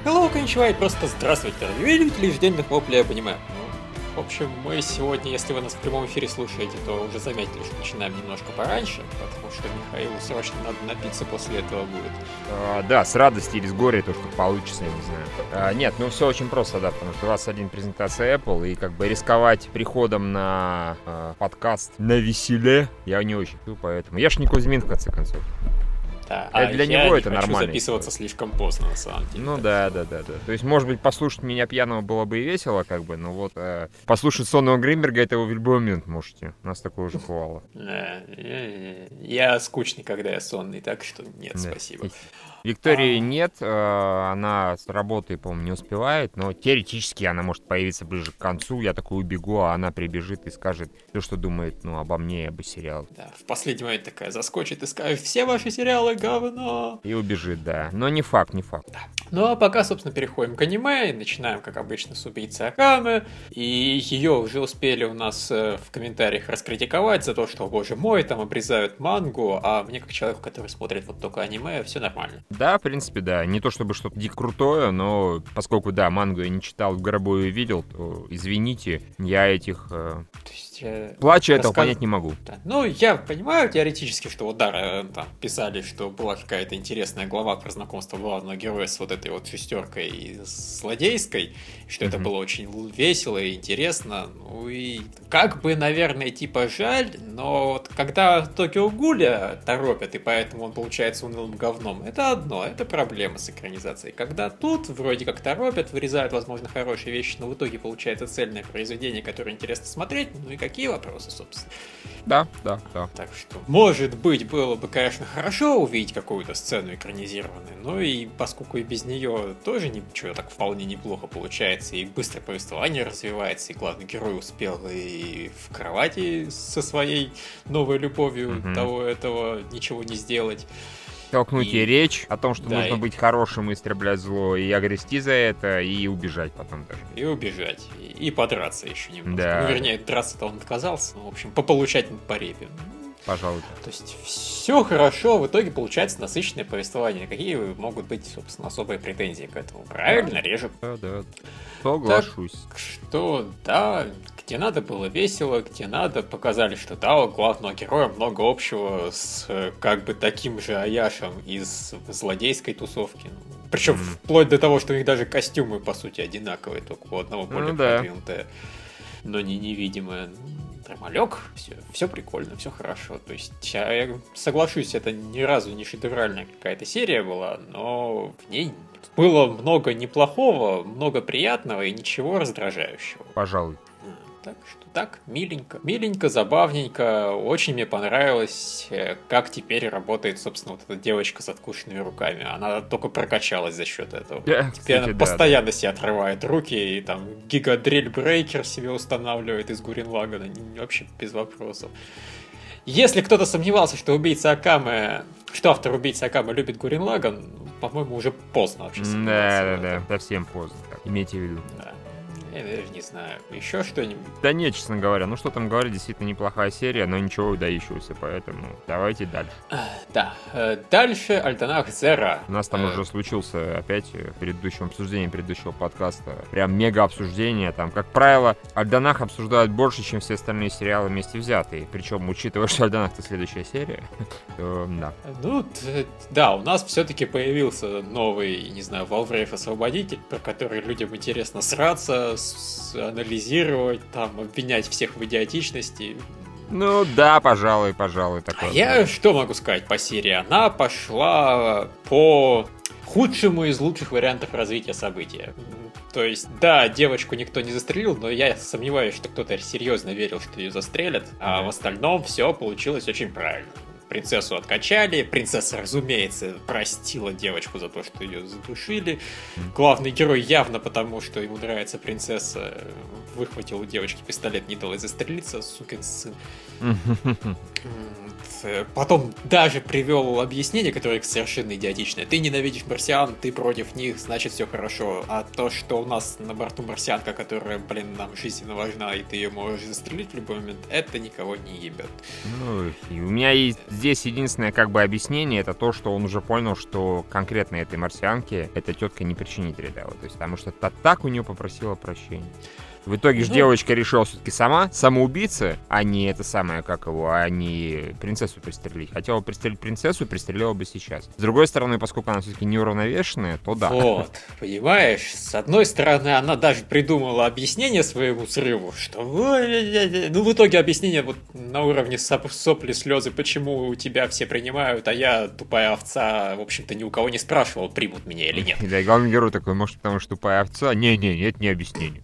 Hello, кончева, и просто здравствуйте, дорогие любители ежедневных воплей об аниме. В общем, мы сегодня, если вы нас в прямом эфире слушаете, то уже заметили, что начинаем немножко пораньше, потому что Михаилу срочно надо напиться после этого будет. Да, с радости или с горя, то, что получится, я не знаю. Нет, ну все очень просто, да, потому что у вас один презентация Apple, и как бы рисковать приходом на подкаст на веселе я не очень хочу, поэтому я ж не Кузьмин, в конце концов. Да, для него это нормально. Я хочу записываться слишком поздно, на самом деле. Ну да. То есть, может быть, послушать меня пьяного было бы и весело, как бы, но вот послушать сонного Гринберга это вы в любой момент можете. У нас такое уже бывало. Я скучный, когда я сонный, так что нет, спасибо. Виктории нет, она с работы, по-моему, не успевает, но теоретически она может появиться ближе к концу, я такой убегу, а она прибежит и скажет то, что думает, обо мне и об сериале. Да, в последний момент такая заскочит и скажет: все ваши сериалы говно! И убежит, да, но не факт. Да. Ну а пока, собственно, переходим к аниме и начинаем, как обычно, с убийцы Акаме, и ее уже успели у нас в комментариях раскритиковать за то, что, боже мой, там обрезают мангу, а мне, как человеку, который смотрит вот только аниме, все нормально. Да, в принципе, да. Не то чтобы что-то дико крутое, но поскольку, да, мангу я не читал, в гробу ее видел, то, извините, я этих... Плача этого понять не могу. Да. Ну, я понимаю теоретически, что вот, да, там писали, что была какая-то интересная глава про знакомство главного героя с вот этой вот шестеркой злодейской, что это было очень весело и интересно. Ну и как бы, наверное, типа жаль, но вот когда Токио Гуля торопят, и поэтому он получается унылым говном, это одно, это проблема с экранизацией. Когда тут вроде как торопят, вырезают, возможно, хорошие вещи, но в итоге получается цельное произведение, которое интересно смотреть, ну и какие вопросы, собственно. Да. Так что, может быть, было бы, конечно, хорошо увидеть какую-то сцену экранизированную, но и поскольку и без нее тоже ничего так вполне неплохо получается, и быстро повествование развивается, и главный герой успел и в кровати со своей новой любовью того-этого ничего не сделать. Толкнуть ей речь о том, что нужно быть хорошим и истреблять зло, и огрести за это, и убежать потом даже. И убежать, и подраться еще немного. Да. Ну, вернее, драться-то он отказался, в общем, пополучать по репе. Пожалуй. То есть все хорошо, в итоге получается насыщенное повествование. Какие могут быть, собственно, особые претензии к этому? Правильно, режем. Да. Соглашусь. Так что, да, где надо было весело, где надо показали, что да, у главного героя много общего с как бы таким же Аяшем из злодейской тусовки. Причем вплоть до того, что у них даже костюмы, по сути, одинаковые, только у одного более продвинутое, но не невидимое. Нормалек, все прикольно, все хорошо. То есть, я соглашусь, это ни разу не шедевральная какая-то серия была, но в ней было много неплохого, много приятного и ничего раздражающего. Пожалуй. Так что так, миленько, забавненько. Очень мне понравилось, как теперь работает, собственно, вот эта девочка с откушенными руками. Она только прокачалась за счет этого. Теперь она постоянно себе отрывает руки, и там гигадриль брейкер себе устанавливает из Гуррен Лаганна. Вообще без вопросов. Если кто-то сомневался, что автор убийцы Акаме любит Гуррен Лаганн, по-моему, уже поздно вообще сомневаться. Да, совсем поздно. Имейте в виду. Да. Я даже не знаю. Еще что-нибудь? Да нет, честно говоря. Ну что там говорить, действительно неплохая серия, но ничего выдающегося, поэтому давайте дальше. Да. Дальше Альтанах Зера. У нас там уже случился опять в предыдущем обсуждении предыдущего подкаста прям мега обсуждение. Там, как правило, Альтанах обсуждают больше, чем все остальные сериалы вместе взятые. Причем, учитывая, что Альтанах-то следующая серия, то да. Ну, да, у нас все-таки появился новый, не знаю, Валврейф-освободитель, про который людям интересно сраться, анализировать, там, обвинять всех в идиотичности. Ну да, пожалуй, такое. Я что могу сказать по серии? Она пошла по худшему из лучших вариантов развития события. То есть, да, девочку никто не застрелил, но я сомневаюсь, что кто-то серьезно верил, что ее застрелят, а в остальном все получилось очень правильно. Принцессу откачали, принцесса, разумеется, простила девочку за то, что ее задушили. Главный герой явно потому, что ему нравится принцесса, выхватил у девочки пистолет, не дал ей застрелиться, сукин сын. Потом даже привел объяснение, которое совершенно идиотичное. Ты ненавидишь марсиан, ты против них, значит все хорошо. А то, что у нас на борту марсианка, которая, нам жизненно важна, и ты ее можешь застрелить в любой момент, это никого не ебет. Ну, и у меня есть здесь единственное объяснение, это то, что он уже понял, что конкретно этой марсианке эта тетка не причинит вреда. То есть, потому что так у нее попросила прощения. В итоге же девочка решила все-таки самоубийца, а не это самое, а не принцессу пристрелить. Хотела пристрелить принцессу, пристрелила бы сейчас. С другой стороны, поскольку она все-таки неуравновешенная, то да. Вот, понимаешь, с одной стороны, она даже придумала объяснение своему срыву, что в итоге объяснение на уровне сопли, слезы, почему тебя все принимают, а я тупая овца, в общем-то, ни у кого не спрашивал, примут меня или нет. Да, и главный герой такой, может, потому что тупая овца? Не-не, это не объяснение.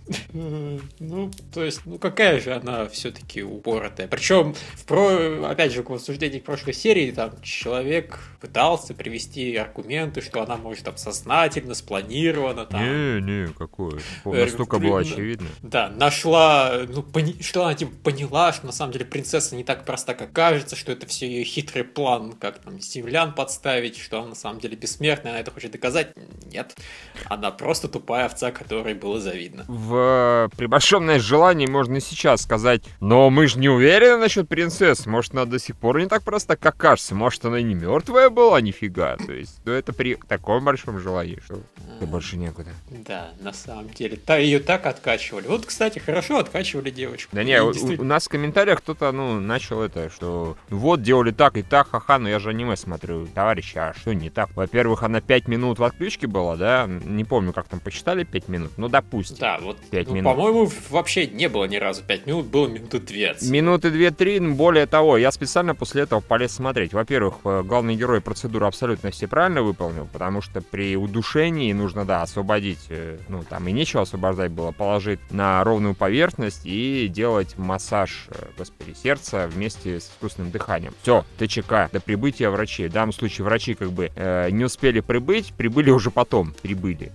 То есть, какая же она все-таки упоротая. Причем, опять же, в обсуждении прошлой серии, там, человек пытался привести аргументы, что она может сознательно, спланировано, там... Не, какое. Настолько было очевидно. Да, нашла, что она, поняла, что на самом деле принцесса не так проста, как кажется, что это все ее хитрый план, как там землян подставить, что она на самом деле бессмертная, она это хочет доказать. Нет, она просто тупая овца, которой было завидно. При большом желании можно и сейчас сказать, но мы же не уверены насчет принцессы, может, она до сих пор не так проста, как кажется, может, она и не мертвая была, нифига, то есть, это при таком большом желании, что больше некуда. Да, на самом деле, ее так откачивали. Вот, кстати, хорошо откачивали девочку. Да не, у нас в комментариях кто-то, начал что делали так и так, ха-ха, но я же аниме смотрю, товарищи, а что не так? Во-первых, она 5 минут в отключке была, да, не помню, как там посчитали 5 минут, допустим. Да, 5 минут. По-моему, вообще не было ни разу 5 минут, было минуты 20. Минуты 2-3, более того, я специально после этого полез смотреть. Во-первых, главный герой процедуру абсолютно все правильно выполнил, потому что при удушении нужно, освободить, там и нечего освобождать было, положить на ровную поверхность и делать массаж, сердца вместе с искусственным дыханием. Все, ТЧК, до прибытия врачей. В данном случае врачи не успели прибыть, прибыли уже потом. Прибыли.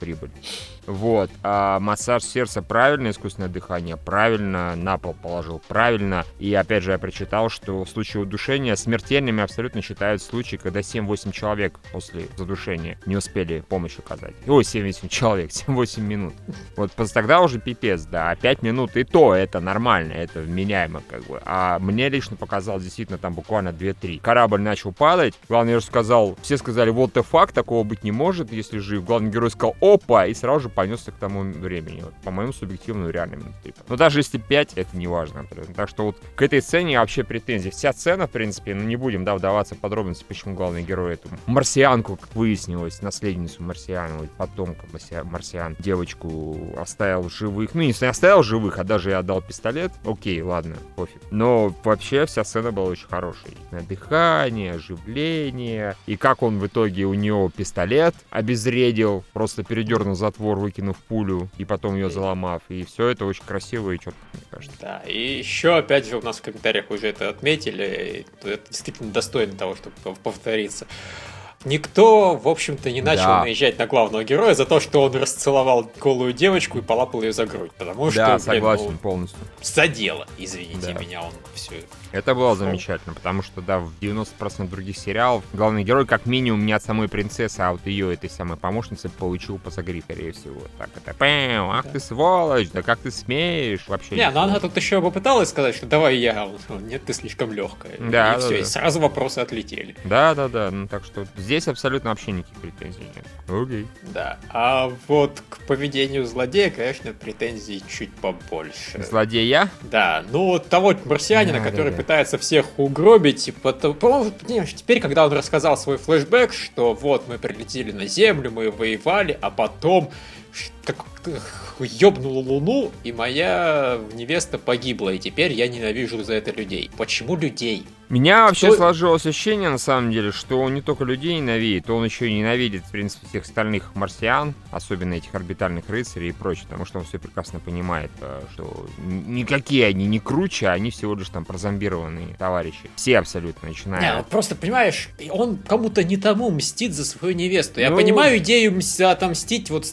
Вот, а массаж сердца правильно, искусственное дыхание правильно, на пол положил правильно. И опять же я прочитал, что в случае удушения смертельными абсолютно считают случаи, когда 7-8 человек после задушения не успели помощь оказать. Ой, 7-8 человек, 7-8 минут. Вот тогда уже пипец, да. А 5 минут и то это нормально, это вменяемо А мне лично показалось действительно там буквально 2-3. Корабль начал падать, главный герой сказал, все сказали, what the fuck, такого быть не может, если жив. Главный герой сказал, опа, и сразу же понесся к тому времени. По моему субъективному реально минут 3. Но даже если 5, это не важно. Так что к этой сцене вообще претензий. Вся сцена, в принципе, не будем вдаваться в подробности, почему главный герой эту марсианку, как выяснилось, наследницу марсиан, потомка марсиан, девочку оставил живых. Не оставил живых, а даже и отдал пистолет. Окей, ладно, пофиг. Но вообще вся сцена была очень хорошей. Дыхание, оживление. И как он в итоге у него пистолет обезвредил, просто передернул затвор, выкинув пулю, и потом ее заломав. И все это очень красиво и четко, мне кажется. Да, и еще, опять же, у нас в комментариях уже это отметили. Это действительно достойно того, чтобы повториться. Никто, в общем-то, не начал наезжать на главного героя за то, что он расцеловал голую девочку и полапал ее за грудь. Потому что, согласен полностью. Задело, извините меня, он все... Это было замечательно, потому что, в 90% других сериалов главный герой, как минимум, не от самой принцессы, а от ее, этой самой помощницы, получил по загриве, скорее всего. Так это, ах ты сволочь, да как ты смеешь, вообще. Но она тут еще попыталась сказать, что давай я, нет, ты слишком легкая. И все, и сразу вопросы отлетели. Да, так что здесь абсолютно вообще никаких претензий нет. Окей. Да, а вот к поведению злодея, конечно, претензий чуть побольше. Злодея? Да, того марсианина, который пытается всех угробить, теперь, когда он рассказал свой флешбэк, что вот мы прилетели на Землю, мы воевали, а потом как ёбнула Луну, и моя невеста погибла, и теперь я ненавижу за это людей. Почему людей? Меня вообще сложилось ощущение, на самом деле, что он не только людей ненавидит, он еще и ненавидит, в принципе, всех остальных марсиан, особенно этих орбитальных рыцарей и прочее, потому что он все прекрасно понимает, что никакие они не круче, они всего лишь там прозомбированные товарищи. Все абсолютно, начиная... просто, понимаешь, он кому-то не тому мстит за свою невесту. Я понимаю идею отомстить старику,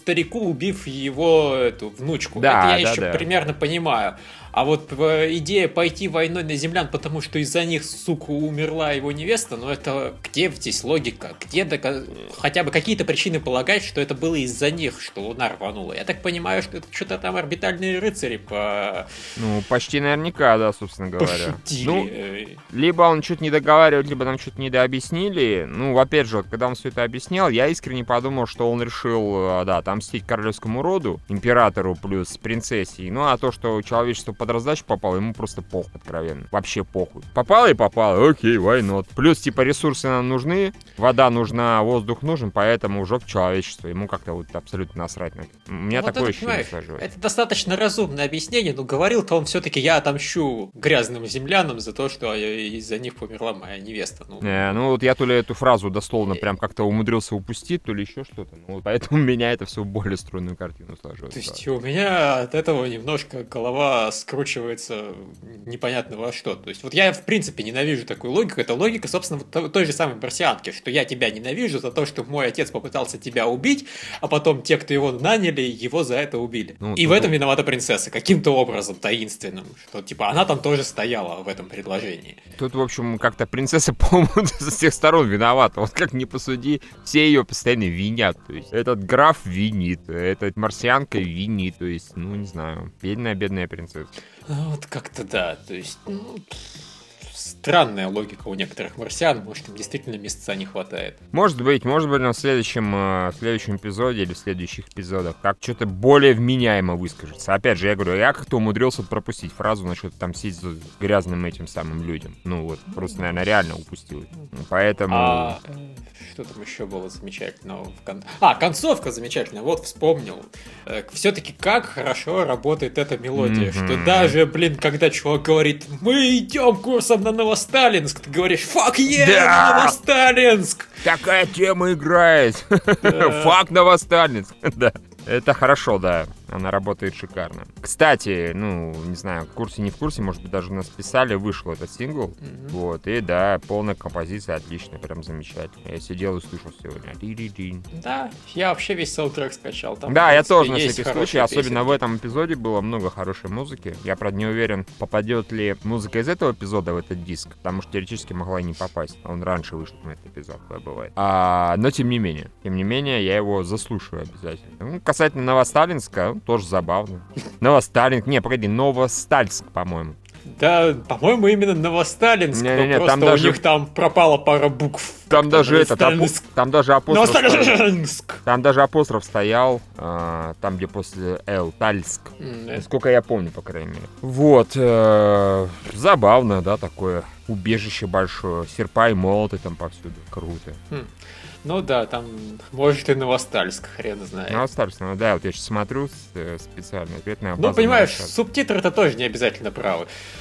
убив его эту внучку. Да, это я еще примерно понимаю. А вот идея пойти войной на землян, потому что из-за них, сука, умерла его невеста, ну это где здесь логика? Где хотя бы какие-то причины полагать, что это было из-за них, что Луна рванула? Я так понимаю, что это что-то там орбитальные рыцари Ну, почти наверняка, да, собственно говоря. Пошутили. Ну, либо он что-то не договаривал, либо нам что-то недообъяснили. Ну, опять же, вот, когда он все это объяснял, я искренне подумал, что он решил, да, отомстить королевскому роду, императору плюс принцессе. Ну, а то, что человечество под раздачу попало, ему просто похуй, откровенно. Вообще похуй. Попало и попало, окей, why not. Плюс, типа, ресурсы нам нужны, вода нужна, воздух нужен, поэтому уже к человечеству. Ему как-то вот абсолютно насрать на это. У меня вот такое это, ощущение сложилось. Это достаточно разумное объяснение, но говорил-то он все-таки, я отомщу грязным землянам за то, что из-за них померла моя невеста. Ну вот я то ли эту фразу дословно прям как-то умудрился упустить, то ли еще что-то. Ну, вот поэтому у меня это все в более стройную картину сложилось. То есть у меня от этого немножко голова скручивается непонятно во что. То есть вот я в принципе ненавижу такую логику. Это логика, собственно, вот той же самой марсианки, что я тебя ненавижу за то, что мой отец попытался тебя убить, а потом те, кто его наняли, его за это убили. Ну, и в этом виновата принцесса, каким-то образом таинственным, что типа она там тоже стояла в этом предложении. Тут, в общем, как-то принцесса, по-моему, со всех сторон виновата. Вот как ни посуди, все ее постоянно винят. То есть этот граф винит, эта марсианка винит. То есть, ну, не знаю, бедная принцесса. Вот как-то да, то есть... странная логика у некоторых марсиан, может, им действительно места не хватает. Может быть, в следующем эпизоде или в следующих эпизодах как что-то более вменяемо выскажется. Опять же, я говорю, я как-то умудрился пропустить фразу насчет там сидеть за грязным этим самым людям. Ну вот, просто, наверное, реально упустил. Поэтому... Что там еще было замечательного? Концовка замечательная, вот вспомнил. Все-таки как хорошо работает эта мелодия, что даже, когда чувак говорит, мы идем курсом на Новосталинск, ты говоришь, fuck yeah, Новосталинск! Такая тема играет. Fuck Новосталинск. Да. Это хорошо, да. Она работает шикарно. Кстати, ну, не знаю, в курсе, не в курсе, может быть, даже нас писали, вышел этот сингл. Вот, и да, полная композиция, отличная, прям замечательно. Я сидел и слушал сегодня. Да, я вообще весь саундтрек скачал. Там, да, я тоже на всякий случай, особенно в этом эпизоде было много хорошей музыки. Я, правда, не уверен, попадет ли музыка из этого эпизода в этот диск, потому что теоретически могла и не попасть. Он раньше вышел на этот эпизод, бывает. Но тем не менее, я его заслушаю обязательно. Ну, касательно Новосталинска, тоже забавно. Новостальск, по-моему. Да, по-моему, именно Новосталинск. Не-не-не, просто там даже... у них там пропала пара букв. Там даже там даже апостроф. Новосталинск! Там даже апостроф стоял, там, где после Л, Тальск. Сколько я помню, по крайней мере. Вот, забавно, да, такое убежище большое. Серпа и молоты там повсюду. Круто. Ну да, там, может, и Новостальск, хрен знает. Новостальск, ну да, вот я сейчас смотрю специально. Ну, понимаешь, субтитры-то тоже не обязательно правы.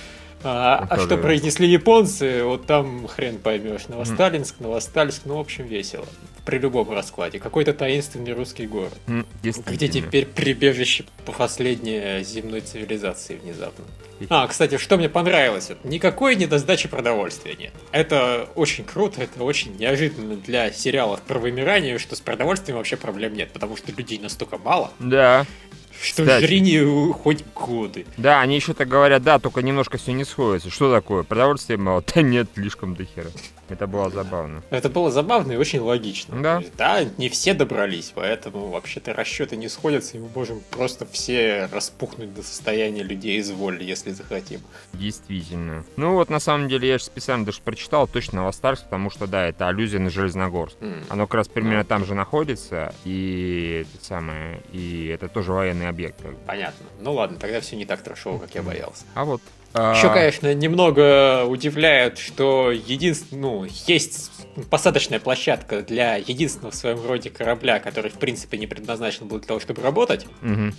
Что произнесли японцы, вот там хрен поймешь. Новосталинск, ну, в общем, весело. При любом раскладе. Какой-то таинственный русский город. Где теперь прибежище последней земной цивилизации внезапно. Кстати, что мне понравилось, никакой недосдачи продовольствия нет. Это очень круто, это очень неожиданно для сериалов про вымирание, что с продовольствием вообще проблем нет, потому что людей настолько мало. Да. Что жри не хоть годы. Да, они еще так говорят, да, только немножко все не сходится. Что такое? Продовольствия мало? Да нет, слишком до хера. Это было забавно. Это было забавно и очень логично. Да. Да, не все добрались, поэтому вообще-то расчеты не сходятся, и мы можем просто все распухнуть до состояния людей из воли, если захотим. Действительно. Ну вот, на самом деле, я же специально даже прочитал точно Новостальск, потому что, да, это аллюзия на Железногорск. Оно как раз примерно там же находится, и это тоже военный объект. Понятно. Ну ладно, тогда все не так трэшово, как я боялся. А вот. Еще, конечно, немного удивляет, что есть посадочная площадка для единственного в своем роде корабля, который, в принципе, не предназначен был для того, чтобы работать.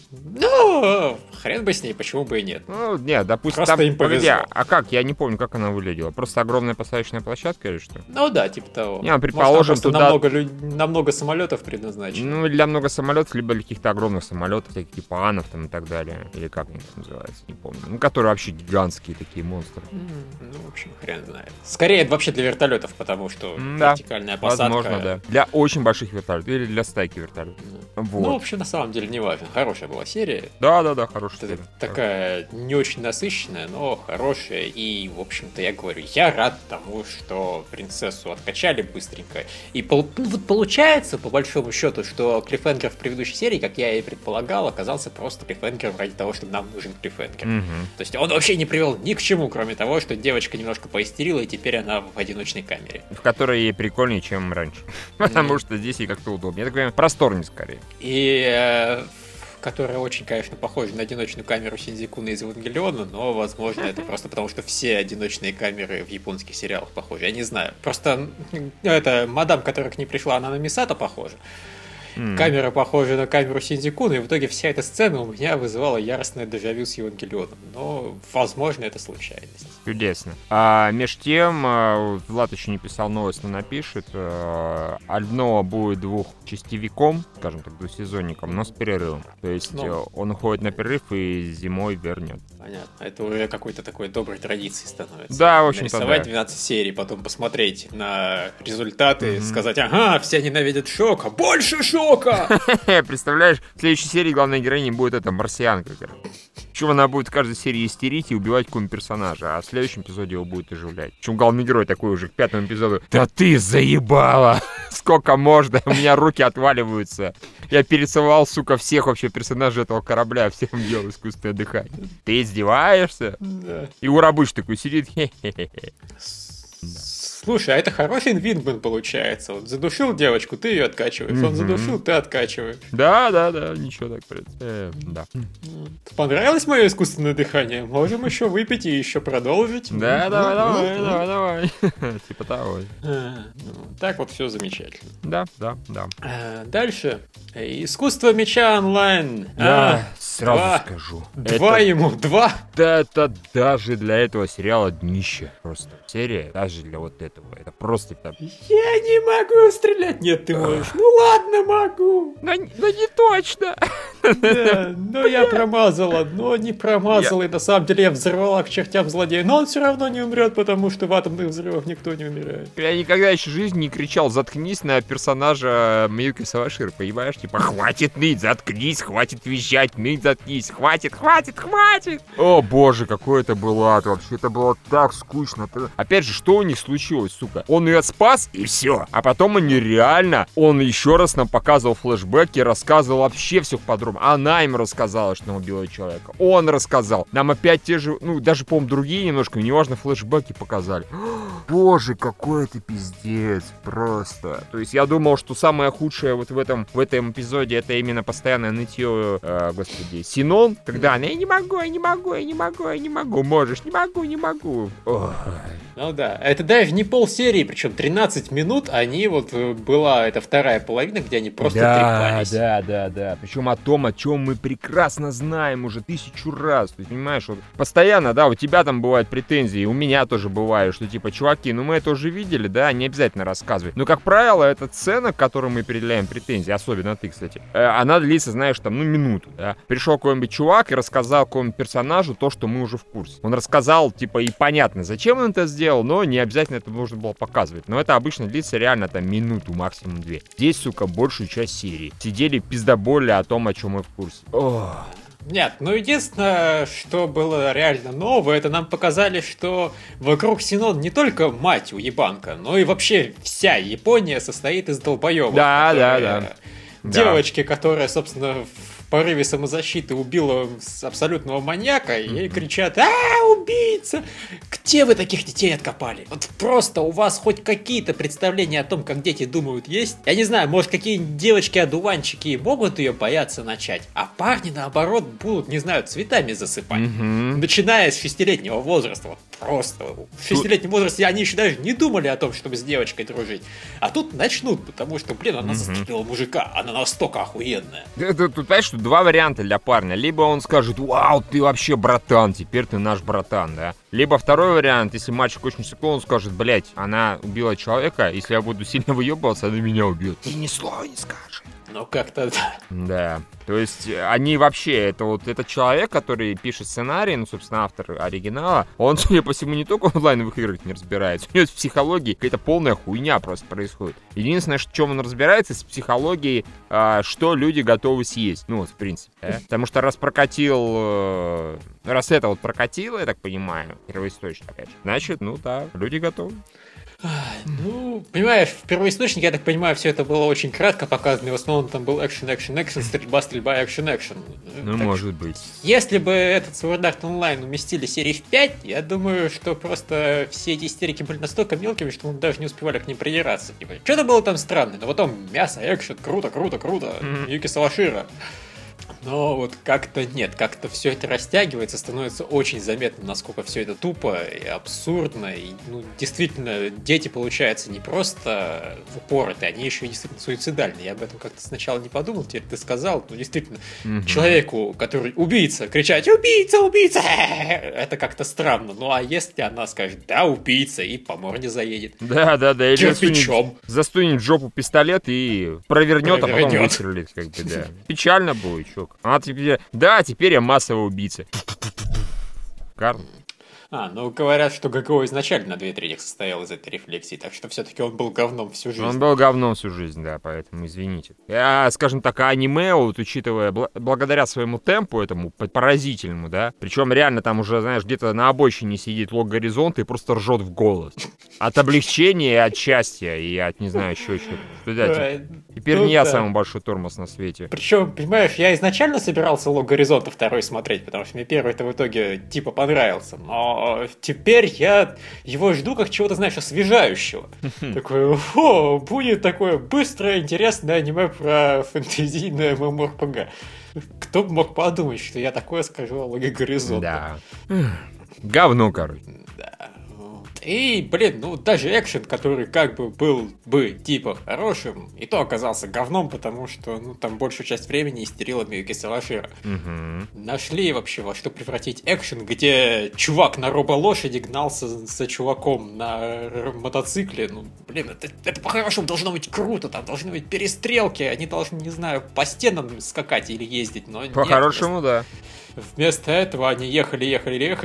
Ну, хрен бы с ней, почему бы и нет. Ну, нет, допустим, просто им повезло. А как? Я не помню, как она выглядела. Просто огромная посадочная площадка или что? Ну да, типа того. Не, предположим, может, туда... намного самолетов предназначено. Ну, для много самолетов, либо для каких-то огромных самолетов, всяких типа Анов там и так далее. Или как они там называются, не помню. Ну, которые вообще гигантские. гигантские такие монстры. Ну, в общем, хрен знает. Скорее, вообще для вертолетов, потому что вертикальная посадка... Возможно, да. Для очень больших вертолетов или для стайки вертолетов. Вот. Ну, в общем, на самом деле, не важно. Хорошая была серия. Да, хорошая серия. Такая не очень насыщенная, но хорошая. И, в общем-то, я говорю, я рад тому, что принцессу откачали быстренько. И вот получается, по большому счету, что клиффхенгер в предыдущей серии, как я и предполагал, оказался просто клиффхенгером ради того, чтобы нам нужен клиффхенгер. То есть он вообще не привел ни к чему, кроме того, что девочка немножко поистерила, и теперь она в одиночной камере. В которой ей прикольнее, чем раньше. Потому что здесь ей как-то удобнее. Я так понимаю, просторнее скорее. И... которая очень, конечно, похожа на одиночную камеру Синдзикуна из Евангелиона, но, возможно, это просто потому, что все одиночные камеры в японских сериалах похожи. Я не знаю. Просто это мадам, которая к ней пришла, она на Мисато похожа. Камера похожа на камеру Синдзикуна, и в итоге вся эта сцена у меня вызывала яростное дежавю с Евангелионом. Но, возможно, это случайность. Чудесно. А между тем, Влад еще не писал новость, но напишет. Одно будет двухчастевиком, скажем так, двусезонником, но с перерывом. То есть он уходит на перерыв и зимой вернет. Понятно. Это уже какой-то такой доброй традицией становится. Да, в общем-то, нарисовать 12 серий, потом посмотреть на результаты, сказать, ага, все ненавидят Шока, больше Шока! Представляешь, в следующей серии главной героиней будет эта марсианка. Причем она будет в каждой серии истерить и убивать какого-нибудь персонажа, а в следующем эпизоде его будет оживлять. Причем главный герой такой уже к 5-му эпизоду: да ты заебала! Сколько можно? У меня руки отваливаются. Я перецеловал, сука, всех вообще персонажей этого корабля, всем делал искусственное дыхание. Ты издеваешься? Да. И урабыч такой сидит. Слушай, а это хороший инвинтмент получается. Вот задушил девочку, ты ее откачиваешь. Он задушил, ты откачиваешь. Да, ничего так, в принципе. Да. Понравилось мое искусственное дыхание? Можем еще выпить и еще продолжить? Да, давай. Типа того. Так вот все замечательно. Да. Дальше. Искусство меча онлайн. Я сразу скажу. Два. Да, это даже для этого сериала днище. Просто серия, даже для вот этого. Это просто там... Я не могу стрелять. Нет, ты можешь. Ну ладно, могу. Но не точно. Да, но я промазала, но не промазала. И на самом деле я взорвала к чертям злодея. Но он все равно не умрет, потому что в атомных взрывах никто не умирает. Я никогда еще в жизни не кричал «заткнись» на персонажа Миюки Саваширы, понимаешь? Типа «хватит ныть, заткнись, хватит визжать, ныть, заткнись, хватит!» О боже, какой это был ад вообще, это было так скучно. Опять же, что у них случилось, сука? Он ее спас, и все. А потом они реально, он еще раз нам показывал флешбеки, рассказывал вообще все подробно. Она им рассказала, что она убила человека. Он рассказал. Нам опять те же, даже, по-моему, другие немножко, неважно, флешбеки показали. Боже, какой это пиздец, просто. То есть я думал, что самое худшее вот в этом эпизоде это именно постоянное нытье, Синон, когда она «я не могу, можешь, не могу». Ой. Ну да, это даже не полсерии, причем 13 минут, они вот была эта вторая половина, где они просто трепались. Да. Причем о том, о чем мы прекрасно знаем уже 1000 раз. Ты понимаешь, вот постоянно, да, у тебя там бывают претензии, у меня тоже бывает, что типа, чуваки, мы это уже видели, да, не обязательно рассказывать. Но, как правило, эта сцена, к которой мы предъявляем претензии, особенно ты, кстати, она длится, знаешь, там, минуту, да. Пришел какой-нибудь чувак и рассказал какому-нибудь персонажу то, что мы уже в курсе. Он рассказал, типа, и понятно, зачем он это сделал, но не обязательно это нужно было показывать. Но это обычно длится реально там минуту, максимум 2. Здесь, сука, большую часть серии сидели пиздоболи о том, о чем мы в курсе. Нет, единственное, что было реально новое, это нам показали, что вокруг Синон не только мать уебанка, но и вообще вся Япония состоит из долбоебов. Да. Девочки, которая, собственно, в порыве самозащиты убила абсолютного маньяка, и ей кричат: убийца! Где вы таких детей откопали? Вот просто у вас хоть какие-то представления о том, как дети думают, есть? Я не знаю, может, какие-нибудь девочки-одуванчики могут ее бояться начать, а парни, наоборот, будут, не знаю, цветами засыпать. Начиная с 6-летнего возраста. Вот просто. В 6-летнем возрасте они еще даже не думали о том, чтобы с девочкой дружить. А тут начнут, потому что, она застрелила мужика, она настолько охуенная. Тут, понимаешь, что два варианта для парня. Либо он скажет: вау, ты вообще братан, теперь ты наш братан, да? Либо второй вариант, если мальчик очень сыкло, он скажет: блять, она убила человека, если я буду сильно выебываться, она меня убьет. И ни слова не скажет. Ну, как-то да. Да. То есть они вообще, это вот этот человек, который пишет сценарий, ну, собственно, автор оригинала, он, судя по всему, не только в онлайновых играх не разбирается, у него в психологии какая-то полная хуйня просто происходит. Единственное, в чем он разбирается, с психологией, что люди готовы съесть. Ну, вот, в принципе. Да? Потому что раз это вот прокатило, я так понимаю, первоисточник, опять же, значит, ну да, люди готовы. Ну, понимаешь, в первоисточнике, я так понимаю, все это было очень кратко показано, и в основном там был экшен, стрельба, экшен. Ну, может быть. Если бы этот Sword Art Online уместили серии в 5, я думаю, что просто все эти истерики были настолько мелкими, что мы даже не успевали к ним придираться. Типа, что-то было там странное, но потом мясо, экшен, круто, Юки Савашира. Но вот как-то нет, как-то все это растягивается, становится очень заметно, насколько все это тупо и абсурдно. И, ну, действительно, дети, получается, не просто упороты, они еще и действительно суицидальны. Я об этом как-то сначала не подумал, теперь ты сказал. Ну, действительно, человеку, который убийца, кричать «Убийца, убийца!» это как-то странно. Ну, а если она скажет «Да, убийца!» и по морде заедет. Да, или кирпичом. Засунет в жопу пистолет и провернет, а потом выстрелит, как бы, да. Печально будет, чувак. Теперь я массовый убийца. Карл. Ну говорят, что ГГО изначально на 2/3 состоял из этой рефлексии, так что все-таки он был говном всю жизнь. Он был говном всю жизнь, да, поэтому извините. Скажем так, аниме, вот, учитывая, благодаря своему темпу этому поразительному, да, причем реально там уже, знаешь, где-то на обочине сидит Лог Горизонта и просто ржет в голос. От облегчения и от счастья, и от, не знаю, еще что-то. Теперь не я самый большой тормоз на свете. Причем, понимаешь, я изначально собирался Лог Горизонта 2 смотреть, потому что мне первый-то в итоге типа понравился, но теперь я его жду как чего-то, знаешь, освежающего. Такое, будет такое быстрое, интересное аниме про фэнтезийное ММО-РПГ. Кто бы мог подумать, что я такое скажу о Логе Горизонта. Да. Говно, короче. Да. И, даже экшен, который как бы был бы типа хорошим, и то оказался говном, потому что, там большую часть времени истерила Миюки Савашира. Нашли вообще во что превратить экшен, где чувак на робо-лошади гнался за чуваком на мотоцикле. Это по-хорошему должно быть круто, там должны быть перестрелки, они должны, не знаю, по стенам скакать или ездить, но по-хорошему, да. Вместо этого они ехали.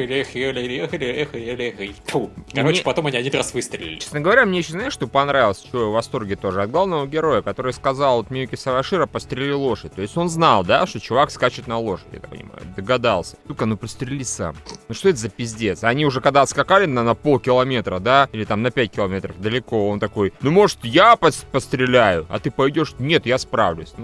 Короче, потом они один раз выстрелили. Честно говоря, мне еще, знаешь, что понравилось, что я в восторге тоже от главного героя, который сказал от Миюки Савашира «пострели лошадь». То есть он знал, да, что чувак скачет на лошади, я так понимаю, догадался. Сука, пристрели сам. Что это за пиздец? Они уже когда скакали на полкилометра, да, или там на 5 километров далеко, он такой, может, я постреляю, а ты пойдешь? Нет, я справлюсь.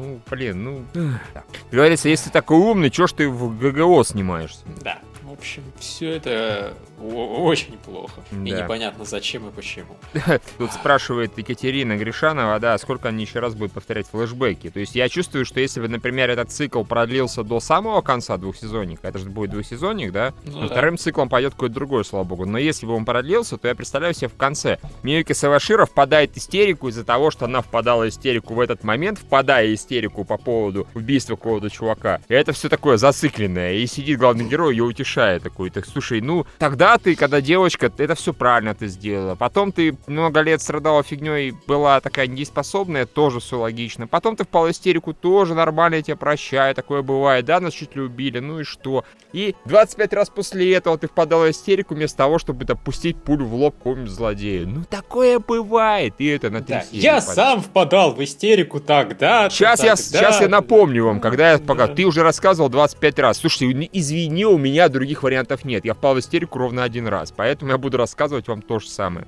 Говорится, если ты такой умный, чё ж ты в ГГО снимаешься? Да. В общем, все это очень плохо. Да. И непонятно зачем и почему. Тут спрашивает Екатерина Гришанова, да, сколько они еще раз будут повторять флешбеки. То есть я чувствую, что если бы, например, этот цикл продлился до самого конца двухсезонника, это же будет двухсезонник, да? Вторым циклом пойдет какой-то другой, слава богу. Но если бы он продлился, то я представляю себе в конце. Миюки Савашира впадает в истерику из-за того, что она впадала в истерику в этот момент, впадая в истерику по поводу убийства какого-то чувака. И это все такое зацикленное. И сидит главный герой, ее утешает такой. Так, слушай, тогда ты, когда девочка, это все правильно ты сделала. Потом ты много лет страдала фигней, была такая недееспособная, тоже все логично. Потом ты впала в истерику, тоже нормально, я тебя прощаю, такое бывает. Да, нас чуть ли убили, ну и что? И 25 раз после этого ты впадала в истерику вместо того, чтобы пустить пулю в лоб какому-нибудь злодею. Такое бывает. И это на 3 серии. Я сам впадал в истерику тогда. Сейчас я напомню вам, когда я пока ты уже рассказывал 25 раз. Слушайте, извини, у меня других вариантов нет. Я впал в истерику ровно 1 раз. Поэтому я буду рассказывать вам то же самое.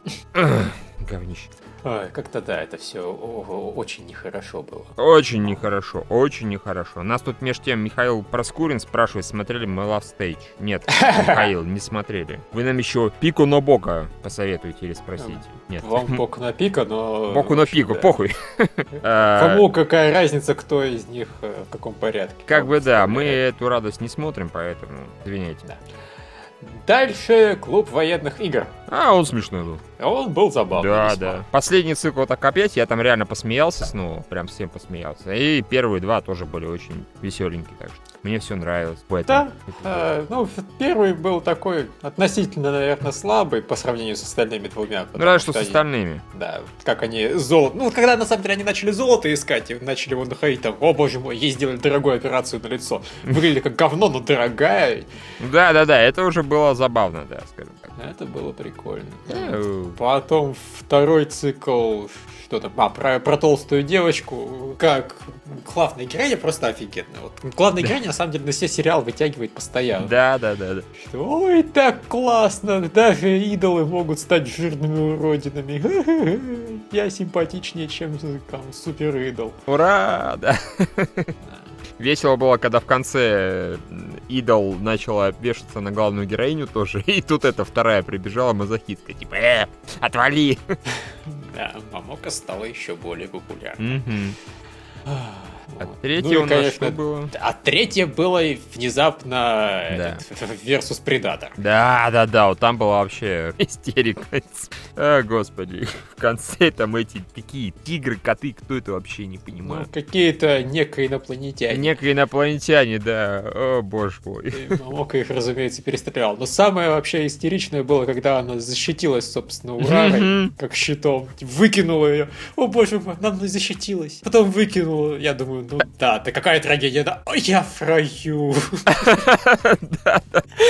Говнище. Ой, как-то да, это все очень нехорошо было. Очень нехорошо, очень нехорошо. Нас тут между тем Михаил Проскурин спрашивает, смотрели мы Love Stage? Нет, Михаил, не смотрели. Вы нам еще Пику но Бока посоветуете или спросите? Нет. Вам Боку на Пика, но... Боку на Пику, похуй. Кому какая разница, кто из них в каком порядке? Как бы да, мы эту радость не смотрим, поэтому извините. Дальше клуб военных игр. А, он смешной был. Он был забавный. Да, весьма. да. Последний цикл так опять, я там реально посмеялся снова, прям всем посмеялся. И первые два тоже были очень веселенькие, так что мне все нравилось. Да, ну, первый был такой относительно, наверное, слабый по сравнению с остальными двумя. Ну, разве что с остальными. Да, как они золото... Ну, когда, на самом деле, они начали золото искать, и начали его находить, там, о, боже мой, ей сделали дорогую операцию на лицо. Выглядели как говно, но дорогая. Да, это уже было забавно, да, скажем так. Это было прикольно. Потом второй цикл... Что там? Про толстую девочку. Как главная героиня просто офигенная. Вот, главная героиня, на самом деле, на все сериал вытягивает постоянно. Да. Что, ой, так классно. Даже идолы могут стать жирными уродинами. Я симпатичнее, чем там супер идол. Ура, да. Весело было, когда в конце идол начала вешаться на главную героиню тоже, и тут эта вторая прибежала мазохистка, типа, отвали! Да, Мамока стала еще более популярной. А третье у нас что было? А третье было внезапно Versus Predator. Да, вот там была вообще истерика. А, господи, в конце там эти какие тигры, коты, кто это вообще не понимает. Ну, какие-то Некоинопланетяне, да, о боже мой. И Мамока их, разумеется, перестрелял. Но самое вообще истеричное было, когда она защитилась, собственно, урагой, как щитом, выкинула ее. О боже мой, она мной защитилась. Потом выкинула, я думаю, ну да, какая трагедия, да, ой, я в раю. Да.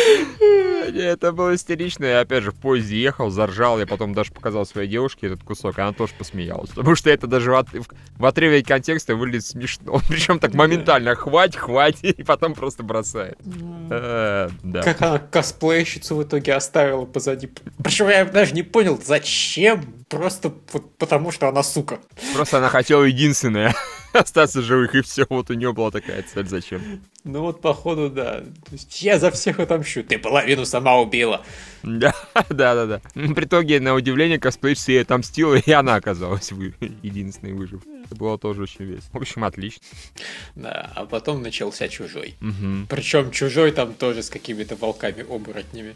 Это было истерично. Я опять же в поезде ехал, заржал. Я потом даже показал своей девушке этот кусок, она тоже посмеялась. Потому что это даже в отрыве контекста выглядит смешно. Причем так моментально хватит, и потом просто бросает. Да. Как она косплейщицу в итоге оставила позади. Причем я даже не понял, зачем. Просто потому, что она сука. Просто она хотела единственная остаться живых, и все. Вот у нее была такая цель. Зачем? Ну вот, походу, да. То есть я за всех отомщу. Ты половину сама убила. Да. В итоге, на удивление, косплейщица ей отомстила, и она оказалась единственной выжив. Это было тоже очень весело. В общем, отлично. Да, а потом начался Чужой. Причем Чужой там тоже с какими-то волками-оборотнями.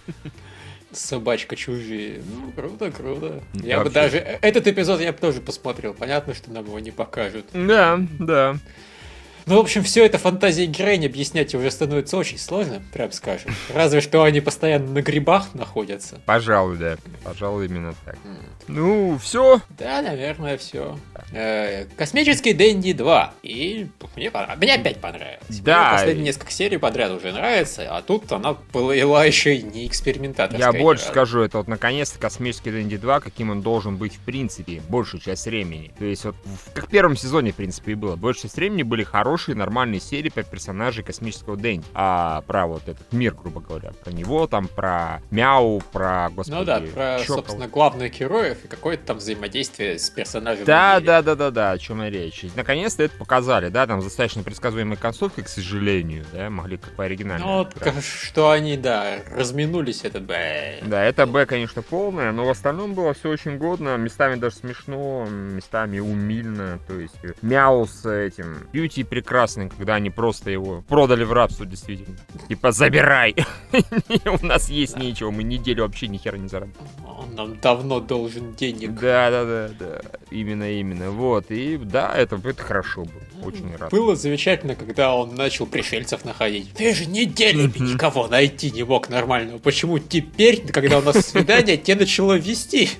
Собачка чужие. Ну, круто. Я бы даже... Этот эпизод я бы тоже посмотрел. Понятно, что нам его не покажут. Да. Ну, в общем, все это фантазии героинь объяснять уже становится очень сложно, прям скажем. Разве что они постоянно на грибах находятся. Пожалуй, да. Пожалуй, именно так. Ну, все. Да, наверное, все. Космический Дэнди 2. И мне опять понравилось. Да. Мне последние несколько серий подряд уже нравится, а тут она была еще и не экспериментаторская. Я больше скажу, это вот наконец-то Космический Дэнди 2, каким он должен быть в принципе, большую часть времени. То есть вот как в первом сезоне, в принципе, и было. Большую часть времени были хорошие, нормальные серии про персонажей Космического Дэнди. А про вот этот мир, грубо говоря. Про него, там, про Мяу, про, господи... Ну да, про, собственно, главных героев и какое-то там взаимодействие с персонажем. Да, о чем и речь. И, наконец-то это показали, да, там достаточно предсказуемой концовкой, к сожалению, да, могли как по оригинальному. Ну, вот, что они, да, разминулись, это Б. Да, это Б, конечно, полное, но в остальном было все очень годно, местами даже смешно, местами умильно, то есть Мяу с этим Бьюти прекрасный, когда они просто его продали в рабство, действительно. Типа, забирай! У нас есть нечего, мы неделю вообще ни хера не заработали. Он нам давно должен денег. Да. Именно. Вот. И да, это хорошо было. Очень рад. Было замечательно, когда он начал пришельцев находить. Ты же неделями никого найти не мог нормального. Почему теперь, когда у нас свидание, тебе начало вести?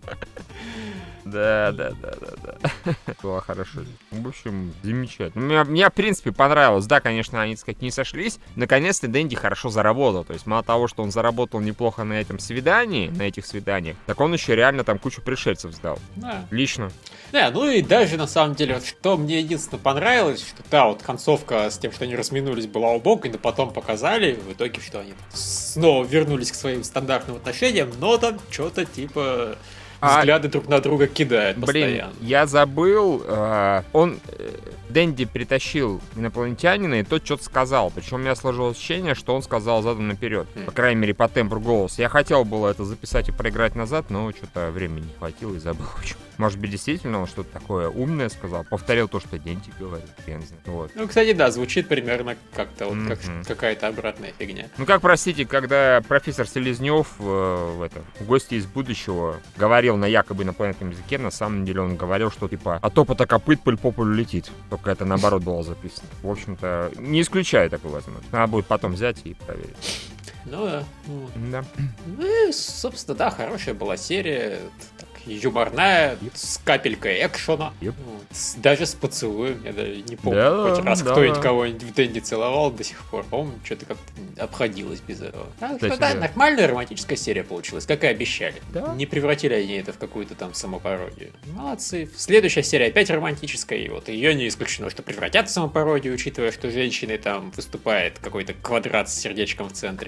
Да. Было хорошо. В общем, замечательно. Мне, в принципе, понравилось. Да, конечно, они, так сказать, не сошлись. Наконец-то Дэнди хорошо заработал. То есть, мало того, что он заработал неплохо на этих свиданиях, так он еще реально там кучу пришельцев сдал. Да. Лично. Да, ну и даже, на самом деле, вот, что мне единственное понравилось, что да, вот концовка с тем, что они разминулись, была убогой, но потом показали, в итоге, что они снова вернулись к своим стандартным отношениям, но там что-то типа... Взгляды друг на друга кидают постоянно. Я забыл. Дэнди притащил инопланетянина, и тот что-то сказал. Причем у меня сложилось ощущение, что он сказал задом наперед. По крайней мере, по тембру голоса. Я хотел было это записать и проиграть назад, но что-то времени не хватило и забыл. Может быть, действительно он что-то такое умное сказал. Повторил то, что Дэнди говорит. Я не знаю. Вот. Ну, кстати, да, звучит примерно как-то вот как какая-то обратная фигня. Ну, как, простите, когда профессор Селезнев в «Гости из будущего» говорил на якобы инопланетном языке, на самом деле он говорил, что типа от топота копыт пыль по полю летит. Только это наоборот было записано. В общем-то, не исключаю такую возможность. Надо будет потом взять и проверить. Ну да. Да. Ну и, собственно, да, хорошая была серия. Юморная, с капелькой экшена. Даже с поцелуем. Я даже не помню, хоть раз кто-нибудь кого-нибудь в Дэнди целовал до сих пор. По-моему, что-то как-то обходилось без этого. Да, нормальная романтическая серия получилась, как и обещали. Да? Не превратили они это в какую-то там самопародию. Молодцы. Следующая серия опять романтическая. И вот ее не исключено, что превратят в самопародию, учитывая, что женщины там выступает какой-то квадрат с сердечком в центре.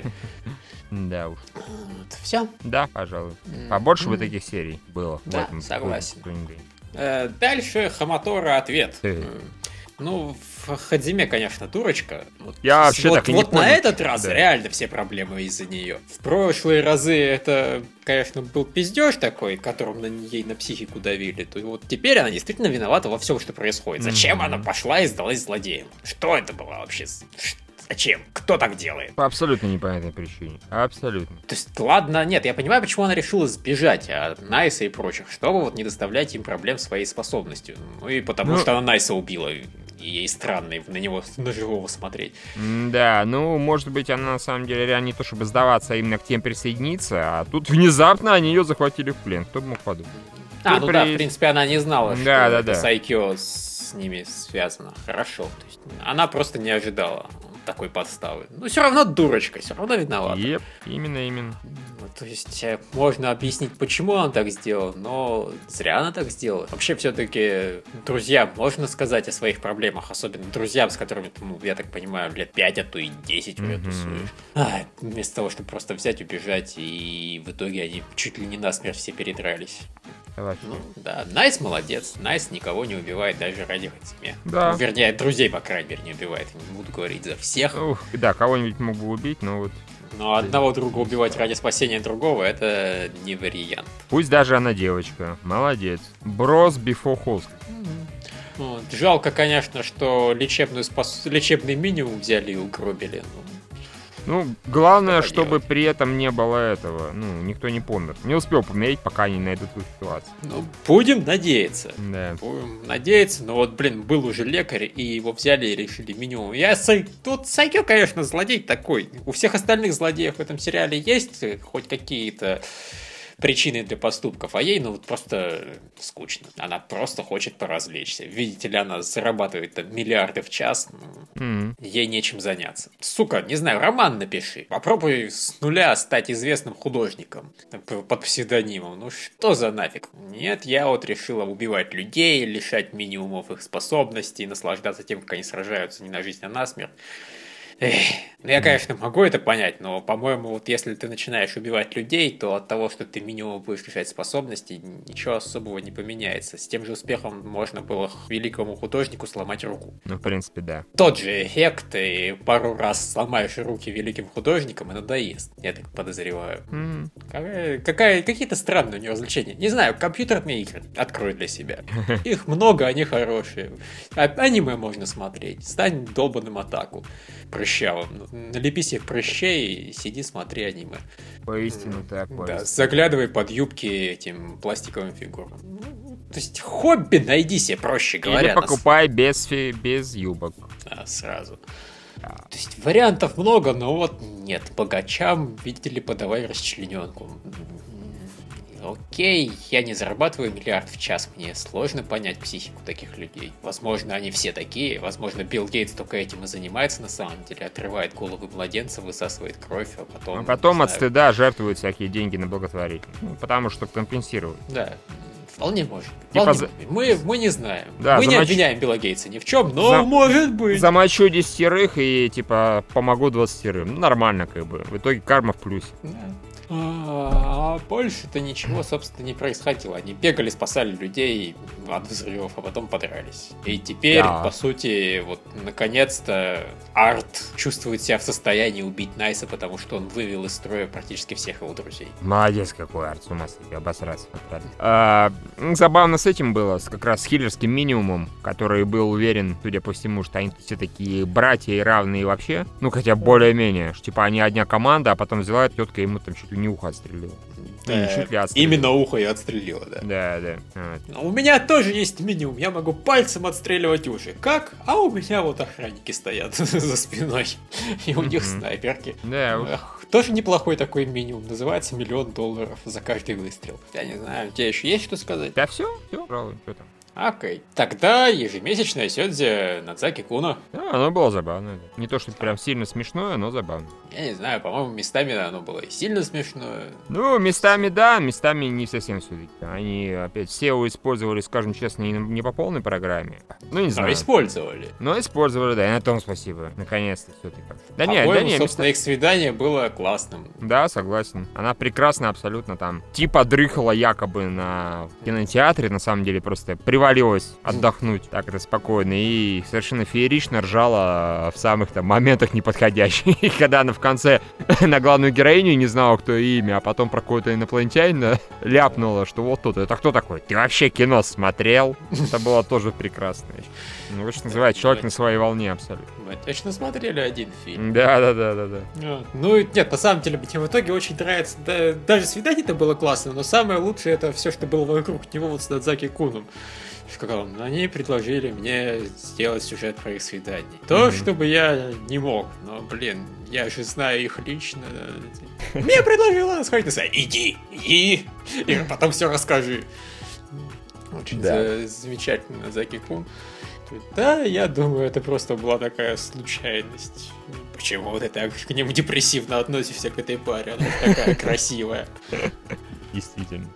Да уж. Все? Да, пожалуй. Побольше бы таких серий было. Да, согласен. Дальше Хаматора ответ. Ну, Хадзиме, конечно, дурочка. Я вообще так и не понял. Вот на этот раз да. Реально все проблемы из-за нее. В прошлые разы это, конечно, был пиздеж такой, которым ей на психику давили. То вот теперь она действительно виновата во всем, что происходит. Зачем она пошла и сдалась злодеям? Что это было вообще? Зачем? Кто так делает? По абсолютно непонятной причине. Абсолютно. То есть, ладно, нет, я понимаю, почему она решила сбежать от Найса и прочих, чтобы вот не доставлять им проблем своей способностью. Ну и потому что она Найса убила, и ей странно на него, на живого смотреть. Да, ну, может быть, она на самом деле реально не то, чтобы сдаваться, а именно к тем присоединиться, а тут внезапно они ее захватили в плен. Кто бы мог подумать? Да, в принципе, она не знала, что это Сайкё с ними связано. Хорошо. То есть, она просто не ожидала такой подставы. Но все равно дурочка, все равно виновата. Именно. Ну, то есть можно объяснить, почему она так сделала, но зря она так сделала. Вообще, все-таки друзьям можно сказать о своих проблемах, особенно друзьям, с которыми, ну, я так понимаю, лет 5, а то и 10 уже тусуешь. Вместо того, чтобы просто взять, убежать, и в итоге они чуть ли не насмерть все передрались. Ну, да, Найс молодец. Найс никого не убивает даже ради Хадзиме. Да. Ну, вернее, друзей, по крайней мере, не убивает. Не буду говорить за всех. Да, кого-нибудь мог бы убить, но вот... Но одного друга убивать ради спасения другого — это не вариант. Пусть даже она девочка. Молодец. Брос before host. Вот. Жалко, конечно, что лечебный минимум взяли и угробили. Ну, главное, чтобы при этом не было этого. Ну, никто не помер. Не успел помереть, пока они найдут эту ситуацию. Ну, будем надеяться. Да. Будем надеяться, но вот, был уже лекарь, и его взяли и решили минимум. Тут Сайкё, конечно, злодей такой. У всех остальных злодеев в этом сериале есть хоть какие-то причины для поступков, а ей, вот просто скучно. Она просто хочет поразвлечься. Видите ли, она зарабатывает там миллиарды в час, ей нечем заняться. Сука, не знаю, роман напиши. Попробуй с нуля стать известным художником под псевдонимом. Ну что за нафиг? Нет, я вот решила убивать людей, лишать минимумов их способностей, наслаждаться тем, как они сражаются не на жизнь, а на смерть. Ну я, конечно, могу это понять, но, по-моему, вот если ты начинаешь убивать людей, то от того, что ты минимум будешь лишать способностей, ничего особого не поменяется. С тем же успехом можно было великому художнику сломать руку. Ну, в принципе, да. Тот же эффект, и пару раз сломаешь руки великим художникам, и надоест, я так подозреваю. Какие-то странные у него развлечения. Не знаю, компьютерные игры открой для себя. Их много, они хорошие. Аниме можно смотреть. Стань долбаным Атаку. Прыщавым. Налепи себе прыщей и сиди, смотри аниме. Поистину так. Да, заглядывай под юбки этим пластиковым фигурам. То есть хобби найди себе, проще говоря. Или покупай без юбок. Да, сразу. Да. То есть вариантов много, но вот нет. Богачам, видите ли, подавай расчлененку. Окей, я не зарабатываю миллиард в час, мне сложно понять психику таких людей. Возможно, они все такие, возможно, Билл Гейтс только этим и занимается на самом деле, отрывает головы младенцев, высасывает кровь, а потом... А потом от стыда жертвуют всякие деньги на благотворительность, потому что компенсируют. Да, вполне может быть. Мы не знаем. Да, мы не обвиняем Билла Гейтса ни в чем, но может быть. Замочу 10 и, помогу 20. Ну, нормально, В итоге карма в плюсе. Да. А больше-то ничего, собственно, не происходило. Они бегали, спасали людей, от взрывов, а потом подрались. И теперь, по сути, вот наконец-то Арт чувствует себя в состоянии убить Найса, потому что он вывел из строя практически всех его друзей. Молодец какой Арт, с ума сойти, обосраться. Забавно с этим было, как раз с хиллерским минимумом, который был уверен, судя по всему, что они все такие братья и равные вообще. Ну, хотя более-менее. Типа они одна команда, а потом взяла тетка ему там чуть ли не ухо отстрелила. Именно ухо и отстрелила, да. Да. Вот. У меня тоже есть минимум. Я могу пальцем отстреливать уши. Как? А у меня вот охранники стоят за спиной. И у них снайперки. Да. Тоже неплохой такой минимум. Называется $1 миллион за каждый выстрел. Я не знаю, у тебя еще есть что сказать? Да все, пожалуй, что там. Окей. Тогда ежемесячная сёдзе Надзаки Куно. Да, оно было забавно. Не то, что прям сильно смешное, но забавно. Я не знаю, по-моему, местами оно было и сильно смешное. Ну, местами да, местами не совсем все-таки. Они опять SEO использовали, скажем честно, не по полной программе. Ну, не знаю. Но использовали, да, и на том спасибо. Наконец-то все-таки. По-моему, собственно, их свидание было классным. Да, согласен. Она прекрасно абсолютно там. Типа дрыхала якобы на кинотеатре, на самом деле просто привалилась отдохнуть так это спокойно. И совершенно феерично ржала в самых там моментах неподходящих. И когда она в конце на главную героиню не знала, кто ее имя, а потом про какого-то инопланетянина ляпнула, что вот тут. Это кто такой? Ты вообще кино смотрел? Это было тоже прекрасно. Ну, что называется, человек на своей волне абсолютно. Мы точно смотрели один фильм. Да. Ну, нет, на самом деле, мне в итоге очень нравится. Да, даже свидание-то было классно, но самое лучшее это все, что было вокруг него вот с Надзаки Куном. Сказал, они предложили мне сделать сюжет про их свидание. То, чтобы я не мог, но, блин, я же знаю их лично. Мне предложила сходить на сайт. Иди, и потом все расскажи. Очень замечательно, Надзаки Кун. Да, я думаю, это просто была такая случайность. Почему ты так к нему депрессивно относишься, к этой паре? Она такая красивая. Действительно.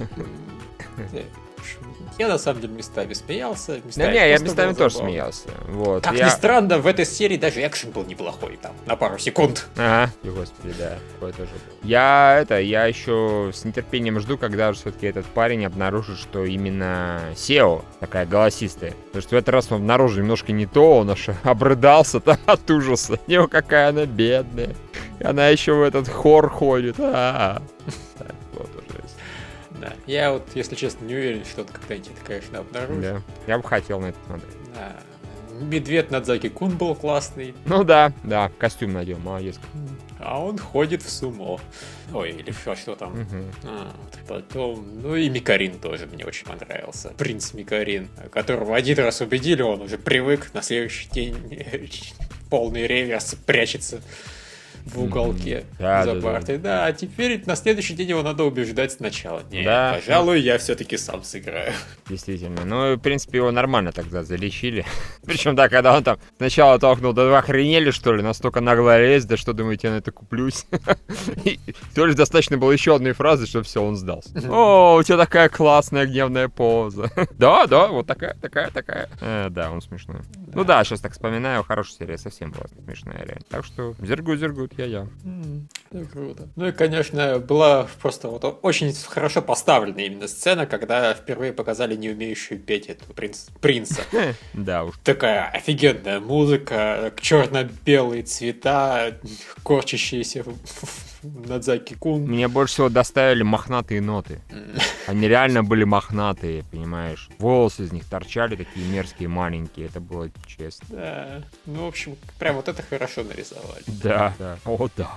Я на самом деле местами смеялся. Я местами тоже смеялся. Вот. Как ни странно, в этой серии даже экшен был неплохой, там, на пару секунд. Ага, господи, да, такое тоже было. Я еще с нетерпением жду, когда же все-таки этот парень обнаружит, что именно SEO такая голосистая. Потому что в этот раз он обнаружил немножко не то, он аж обрыдался там от ужаса. Него какая она бедная. И она еще в этот хор ходит. Так, вот уже. Да. Я вот, если честно, не уверен, что он когда-нибудь это, конечно, обнаружит. Да. Я бы хотел на это смотреть. Да. Медведь Надзаки Кун был классный. Ну да, костюм надел, молодец. А он ходит в сумо. Ой, или что там. Потом, ну и Микарин тоже мне очень понравился. Принц Микарин, которого один раз убедили, он уже привык, на следующий день полный реверс прячется в уголке за партой. Да, а теперь на следующий день его надо убеждать сначала. Нет, пожалуй, я все-таки сам сыграю. Действительно. Ну, в принципе, его нормально тогда залечили. Причем, да, когда он там сначала толкнул, да вы охренели, что ли, настолько нагло лезть, да что, думаете, я на это куплюсь? То лишь достаточно было еще одной фразы, чтобы все, он сдался. О, у тебя такая классная гневная поза. Да, вот такая. Да, он смешной. Ну да, сейчас так вспоминаю, хорошая серия совсем была смешная, реально. Так что зергут, я. Круто. Ну и, конечно, была просто вот очень хорошо поставлена именно сцена, когда впервые показали не умеющую петь эту принца. Да уж. Такая офигенная музыка, черно-белые цвета, корчащиеся Надзаки Кун. Мне больше всего доставили мохнатые ноты. Они реально были мохнатые, понимаешь? Волосы из них торчали такие мерзкие, маленькие. Это было честно. Да. Ну, в общем, прям вот это хорошо нарисовали. Да. О, да.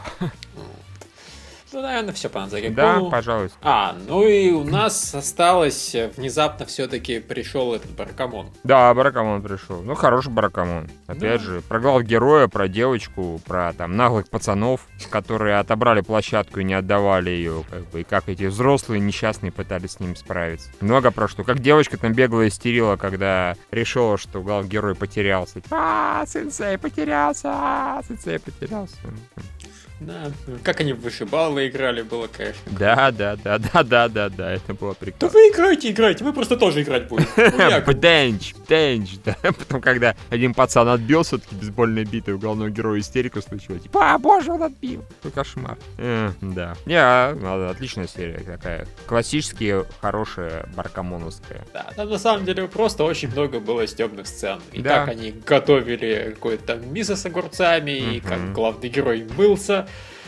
Ну, наверное, все по Надзаки Куну. Да, пожалуйста. Ну и у нас осталось, внезапно все-таки пришел этот Баракамон. Да, Баракамон пришел. Ну, хороший Баракамон. Опять же, про главного героя, про девочку, про там наглых пацанов, которые отобрали площадку и не отдавали ее, как бы, и как эти взрослые несчастные пытались с ним справиться. Много про что. Как девочка там бегала и истерила, когда решила, что главный герой потерялся. Сенсей потерялся. Да, как они в вышибалы играли, было, конечно. Да, это было Да прикольно. вы играйте, мы просто тоже играть будем. Бденч, да. Потом, когда один пацан отбил все-таки бейсбольной битой, у главного героя истерика случилась. Типа, боже, он отбил. Какой кошмар. Да. Отличная серия такая. Классические, хорошая, баркамоновская. Да, там на самом деле просто очень много было стебных сцен. И Да. как они готовили какое-то там мисо с огурцами, и как главный герой мылся,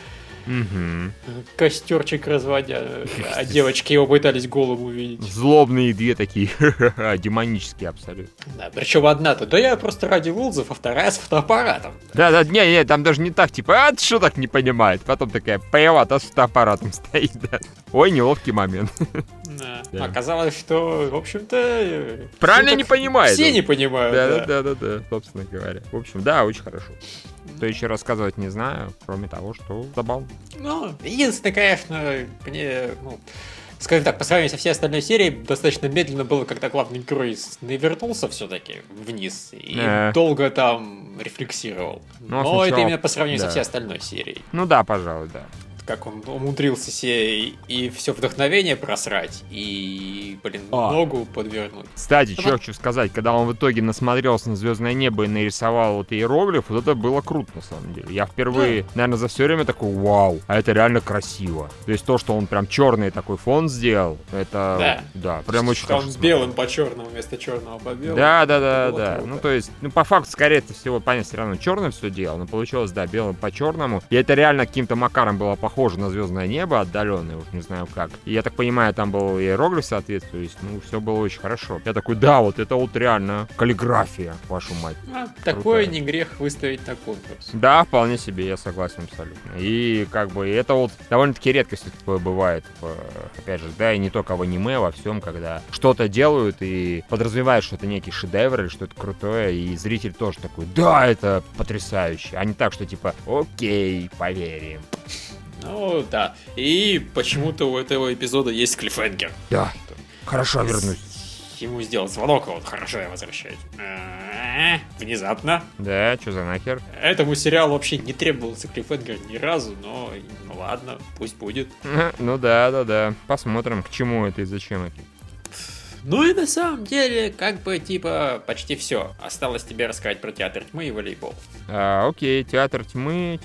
костерчик разводя, а девочки его пытались голову увидеть. Злобные две такие, демонические абсолютно. Да, причем одна-то, да я просто ради вулзов, а вторая с фотоаппаратом. Да, не, там даже не так, типа, ты что так не понимает? Потом такая, поева-то с фотоаппаратом стоит, да. Ой, неловкий момент. Да. Да. Оказалось, что, в общем-то... Правильно все не так- понимает. Все не понимают, да. Да, собственно говоря. В общем, да, очень хорошо. Что еще рассказывать не знаю, кроме того, что забавно. Ну, единственное, конечно, мне, скажем так, по сравнению со всей остальной серией, достаточно медленно было, когда главный герой навернулся все-таки вниз и долго там рефлексировал. Ну, Но это сначала- именно по сравнению со да. всей остальной серией. Ну да, пожалуй, да. Как он умудрился себе и все вдохновение просрать, и, А. ногу подвернуть. Кстати, что хочу сказать, когда он в итоге насмотрелся на звездное небо и нарисовал вот иероглиф, вот это было круто на самом деле. Я впервые, наверное, за все время такой, вау, а это реально красиво. То есть то, что он прям черный такой фон сделал, это, да прям очень Что он хорошо. белым по черному вместо черного по белому. Да. Это было круто. Ну, то есть, по факту, скорее всего, понятно, все равно черным все делал, но получилось, да, белым по черному. И это реально каким-то макаром было похоже на звездное небо, отдаленное, уж не знаю как. И я так понимаю, там был иероглиф соответствующий, все было очень хорошо. Я такой, да, вот это вот реально каллиграфия, вашу мать. Такое не грех выставить на конкурс. Да, вполне себе, я согласен абсолютно. И как бы это вот довольно-таки редко такое бывает, опять же, да, и не только в аниме, во всем, когда что-то делают и подразумевают, что это некий шедевр или что-то крутое, и зритель тоже такой, да, это потрясающе, а не так, что типа, окей, поверим. Ну, да. И почему-то у этого эпизода есть клиффхенгер. Да, хорошо вернусь. Ему сделал звонок, а вот хорошо я возвращаюсь. Внезапно. Да, что за нахер? Этому сериалу вообще не требовался клиффхенгер ни разу, но ну ладно, пусть будет. Ну да. Посмотрим, к чему это и зачем это. Ну и на самом деле, как бы, типа, почти все. Осталось тебе рассказать про театр тьмы и волейбол. Окей, театр тьмы.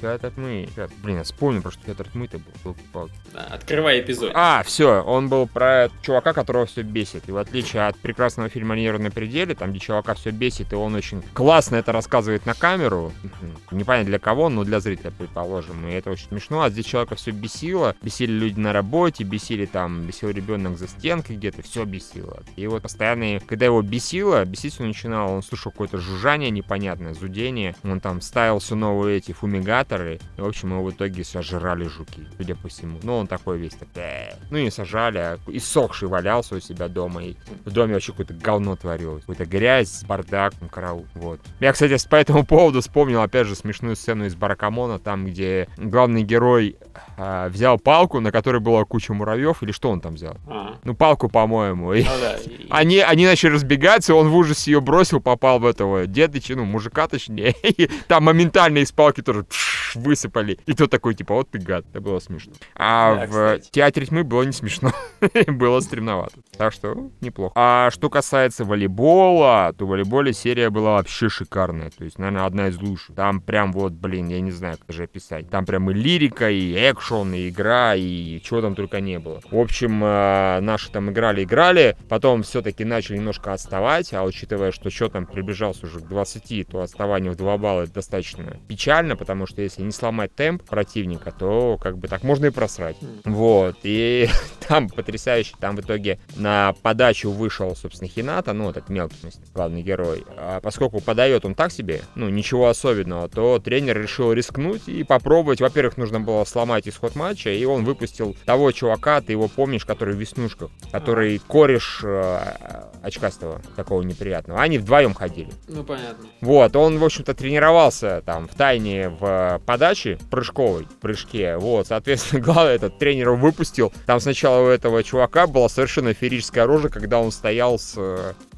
Блин, я вспомнил, про что театр тьмы-то был. Да, открывай эпизод. Все, он был про чувака, которого все бесит. И в отличие от прекрасного фильма «Нерв на пределе», там, где чувака все бесит, и он очень классно это рассказывает на камеру. Непонятно для кого, но для зрителя, предположим. И это очень смешно. А здесь человека все бесило. Бесили люди на работе, бесил ребенок за стенкой где-то, все бесило. И вот постоянно, когда его бесить он начинал, он слушал какое-то жужжание непонятное, зудение. Он там ставил все новые эти фумигаторы. И, в общем, его в итоге сожрали жуки, судя по всему. Ну, он такой весь такой. Ну, не сожрали, а иссохший валялся у себя дома. И в доме вообще какое-то говно творилось. Какая-то грязь, бардак, караул. Вот. Я, кстати, по этому поводу вспомнил, опять же, смешную сцену из Баракамона, там, где главный герой взял палку, на которой была куча муравьев, или что он там взял? Ну, палку, по-моему. И... Ну, да. Они начали разбегаться, он в ужасе ее бросил, попал в этого дедыча, мужика точнее. И там моментально из палки тоже высыпали. И тот такой, типа, вот ты гад. Это было смешно. А Да, в кстати. театре тьмы было не смешно. Было стремновато. Так что неплохо. А что касается волейбола, то в волейболе серия была вообще шикарная. То есть, наверное, одна из лучших. Там прям вот, блин, я не знаю, как даже описать. Там прям и лирика, и экшон, и игра, и чего там только не было. В общем, наши там играли. Потом все-таки начали немножко отставать. А учитывая, что счет там приближался уже к 20, то отставание в 2 балла это достаточно печально, потому что если не сломать темп противника, то как бы так можно и просрать. Вот. И там потрясающе. Там в итоге на подачу вышел, собственно, Хината, ну, этот мелкий, главный герой. А поскольку подает он так себе, ничего особенного, то тренер решил рискнуть и попробовать. Во-первых, нужно было сломать исход матча, и он выпустил того чувака, ты его помнишь, который в веснушках, который кореш очкастого, такого неприятного. Они вдвоем ходили. Ну, понятно. Вот, он, в общем-то, тренировался там в тайне в подаче прыжковой, в прыжке. Вот, соответственно, главное, этот тренер его выпустил. Там сначала у этого чувака была совершенно феерическая рожа, когда он стоял с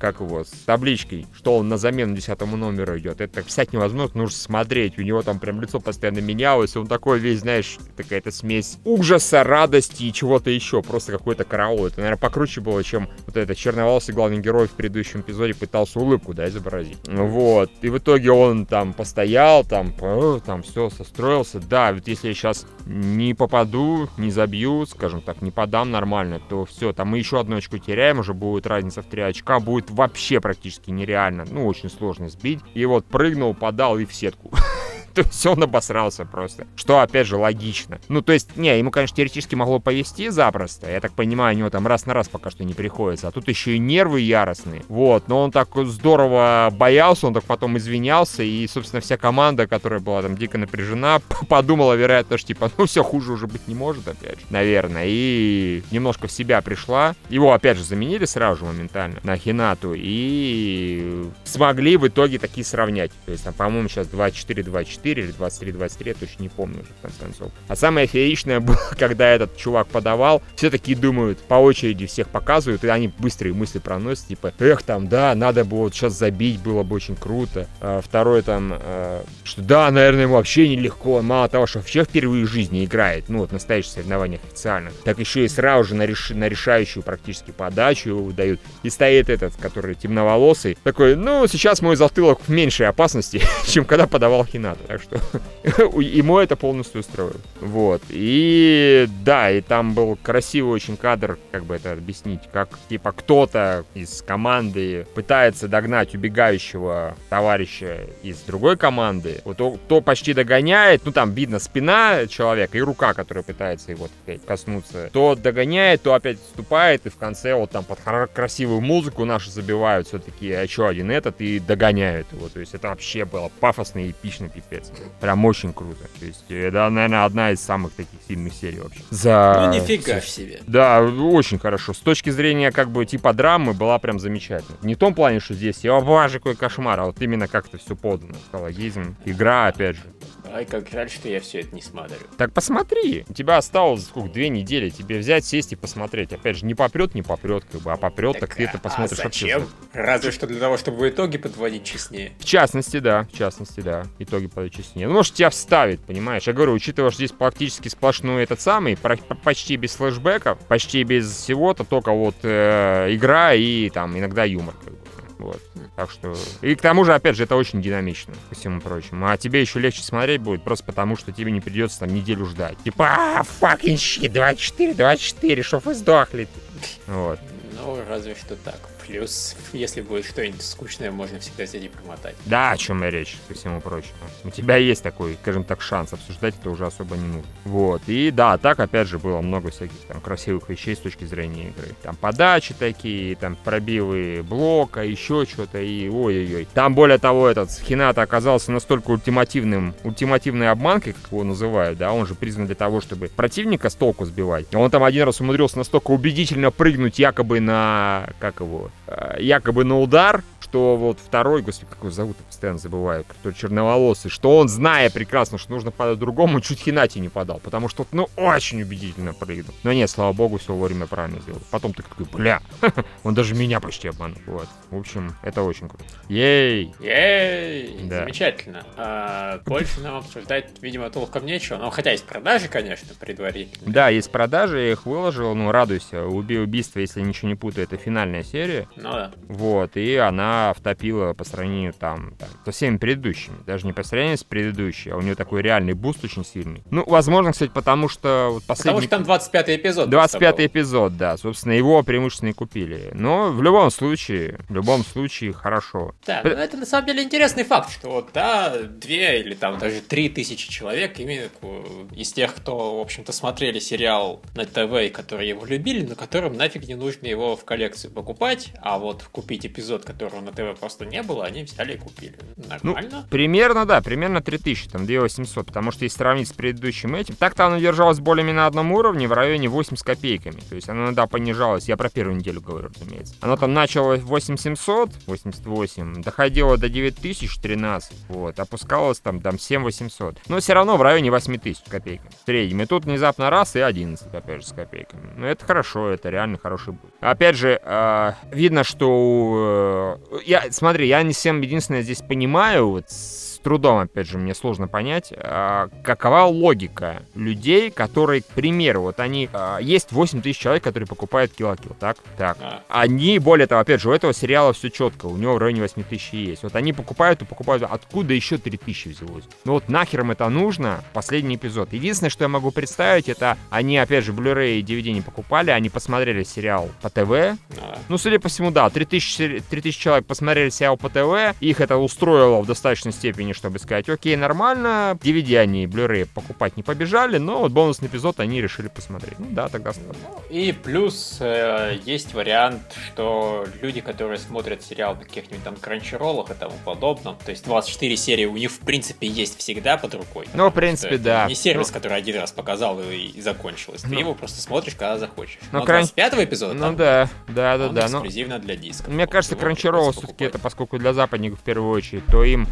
как его, с табличкой, что он на замену 10-му номеру идет. Это так писать невозможно, нужно смотреть. У него там прям лицо постоянно менялось, он такой весь, знаешь, какая-то смесь ужаса, радости и чего-то еще. Просто какой-то караул. Это, наверное, покруче было, чем вот этот черноволосый главный герой в предыдущем эпизоде пытался улыбку, да, изобразить. Вот. И в итоге он там постоял, там все состроился. Да, вот если я сейчас не попаду, не забью, скажем так, не подам нормально, то все, там мы еще одну очку теряем, уже будет разница в 3 очка, будет вообще практически нереально, ну, очень сложно сбить. И вот прыгнул, подал и в сетку. То есть он обосрался просто. Что, опять же, логично. Ну, то есть, ему, конечно, теоретически могло повезти запросто. Я так понимаю, у него там раз на раз пока что не приходится. А тут еще и нервы яростные. Вот. Но он так здорово боялся, он так потом извинялся. И, собственно, вся команда, которая была там дико напряжена, подумала, вероятно, что, типа, ну, все хуже уже быть не может, опять же. Наверное. И немножко в себя пришла. Его, опять же, заменили сразу же моментально на Хинату. И смогли в итоге таки сравнять. То есть, там, по-моему, сейчас 24-24. Или 23-23, я точно не помню уже, в конце концов. А самое фееричное было, когда этот чувак подавал, все такие думают, по очереди всех показывают, и они быстрые мысли проносят, типа, там, да, надо было вот сейчас забить, было бы очень круто. Второй там, что да, наверное, ему вообще нелегко, мало того, что вообще впервые в жизни играет, ну, вот настоящее соревнование официально, так еще и сразу же на решающую практически подачу его выдают. И стоит этот, который темноволосый, такой, ну, сейчас мой затылок в меньшей опасности, чем когда подавал Хинату. Так что ему это полностью устроило. Вот. И да, и там был красивый очень кадр, как бы это объяснить, как типа кто-то из команды пытается догнать убегающего товарища из другой команды. Вот то почти догоняет, ну там видно спина человека и рука, которая пытается его опять коснуться. То догоняет, то опять отступает, и в конце вот там под красивую музыку наши забивают все-таки еще один этот и догоняют его. То есть это вообще было пафосно и эпично, пипец. Прям очень круто. То есть это, наверное, одна из самых таких сильных серий вообще. Ну, нифига себе. Да, очень хорошо. С точки зрения, как бы, типа драмы, была прям замечательно. Не в том плане, что здесь, о боже, какой кошмар, а вот именно как-то все подано. Психологизм, игра, опять же. Ай, как жаль, что я все это не смотрю. Так посмотри. У тебя осталось, сколько, 2 недели. Тебе взять, сесть и посмотреть. Опять же, не попрет, как бы, а попрет, так ты это посмотришь зачем? вообще. Разве что для того, чтобы итоги подводить честнее. В частности, да. Итоги подводить честнее. Ну, может, тебя вставит, понимаешь? Я говорю, учитывая, что здесь практически сплошной этот самый, почти без флешбеков, почти без всего-то, только вот игра и там иногда юмор, как бы. Вот. Так что... И к тому же, опять же, это очень динамично, ко всему прочему. А тебе еще легче смотреть будет, просто потому, что тебе не придется там неделю ждать. Типа, fucking shit, 24, чтоб вы сдохли. Вот. Ну, разве что так. Плюс, если будет что-нибудь скучное, можно всегда взять и промотать. Да, о чем и речь, ко всему прочему. У тебя есть такой, скажем так, шанс. Обсуждать это уже особо не нужно. Вот. И да, так, опять же, было много всяких там красивых вещей с точки зрения игры. Там подачи такие, там пробивы блока, еще что-то, и ой-ой-ой. Там, более того, этот Хината оказался настолько ультимативной обманкой, как его называют, да, он же призван для того, чтобы противника с толку сбивать. Он там один раз умудрился настолько убедительно прыгнуть якобы на, якобы на удар, что вот второй, господи, как его зовут, я постоянно забываю, который черноволосый, что он, зная прекрасно, что нужно подать другому, чуть Хинати не подал, потому что, ну, очень убедительно прыгнул. Но нет, слава богу, все вовремя правильно сделал. Потом ты такой, бля, он даже меня почти обманул. Вот. В общем, это очень круто. Ей! Да. Замечательно. Больше нам обсуждать, видимо, толком нечего, но хотя есть продажи, конечно, предварительно. Да, есть продажи, я их выложил, ну, радуйся. Убийство, если я ничего не путаю, это финальная серия. Ну да. Вот, и она втопила по сравнению там со всеми предыдущими. Даже не по сравнению с предыдущей, а у нее такой реальный буст очень сильный. Ну, возможно, кстати, потому что вот последний... Потому что там 25-й эпизод. 25-й эпизод, да. Собственно, его преимущественно и купили. Но в любом случае хорошо. Да, но это на самом деле интересный факт, что вот, да, 2 или там даже 3 тысячи человек именно из тех, кто, в общем-то, смотрели сериал на ТВ и которые его любили, но которым нафиг не нужно его в коллекцию покупать, а вот купить эпизод, который он на ТВ просто не было, они взяли и купили. Нормально? Ну, примерно, да, примерно 3000, там 2800, потому что если сравнить с предыдущим этим, так-то оно держалось более-менее на одном уровне в районе 8 с копейками. То есть оно иногда понижалось, я про первую неделю говорю, разумеется. Оно там начало 8700, 88, доходило до 9013, вот, опускалось там 7800. Но все равно в районе 8000 копейками в среднем. И тут внезапно раз и 11, опять же, с копейками. Ну, это хорошо, это реально хороший будет. Опять же, видно, что... смотри, я не всем единственное здесь понимаю, вот, с трудом, опять же, мне сложно понять, какова логика людей, которые, к примеру, вот они... есть 8000 человек, которые покупают Kill la Kill, так? Так. Они, более того, опять же, у этого сериала все четко, у него в районе 8000 есть. Вот они покупают и покупают, откуда еще 3000 взялось? Ну вот нахер им это нужно? Последний эпизод. Единственное, что я могу представить, это они, опять же, Blu-ray и DVD не покупали, они посмотрели сериал по ТВ. Ну, судя по всему, да, 3000 человек посмотрели сериал по ТВ, их это устроило в достаточной степени, чтобы сказать, окей, нормально, DVD они, Blu-ray покупать не побежали, но вот бонусный эпизод они решили посмотреть. Ну да, тогда стало. И плюс есть вариант, что люди, которые смотрят сериал на каких-нибудь там кранчероллах и тому подобном, то есть 24 серии у них в принципе есть всегда под рукой. Ну, в принципе, да. Не сервис, который один раз показал и закончилось. Ты его просто смотришь, когда захочешь. Но 25-го эпизода ну да, он эксклюзивно для дисков. Мне кажется, Crunchyroll все-таки это, поскольку для западников в первую очередь, то им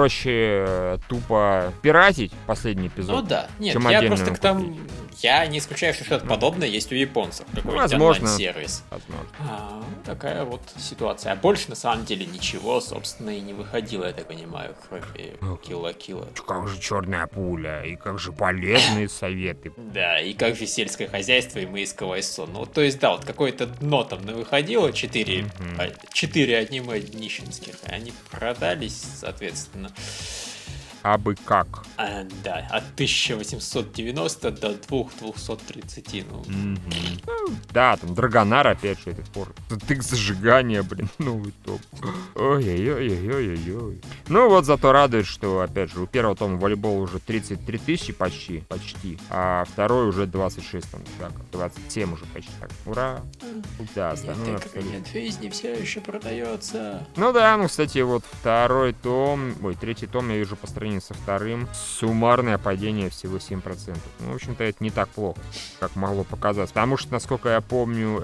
проще тупо пиратить последний эпизод. Ну да, нет, чем я отдельно просто купить. к тому... Я не исключаю, что что-то подобное есть у японцев. Какой-нибудь возможно. онлайн-сервис. Возможно. Такая вот ситуация. А больше, на самом деле, ничего, собственно, и не выходило, я так понимаю, кроме Kill la Kill. Как же черная пуля, и как же полезные советы. Да, и как же сельское хозяйство и Мэйского сон. Ну, то есть, да, вот какое-то дно там выходило, 4 аниме днищенских, и они продались, соответственно. Абы как. Да, от 1890 до 2230. Ну. Да, там Драгонар, опять же, этот фор. Тык зажигания, блин, новый топ. Ой-ой-ой-ой-ой-ой. Ну вот зато радует, что, опять же, у первого тома волейбол уже 33 тысячи почти, а второй уже 26, там, так, 27 уже почти, так, ура. Да, остальное Нет, жизни все еще продается. Ну да, ну, кстати, вот третий том я вижу по странице со вторым. Суммарное падение всего 7%. Ну, в общем-то, это не так плохо, как могло показаться. Потому что, насколько я помню,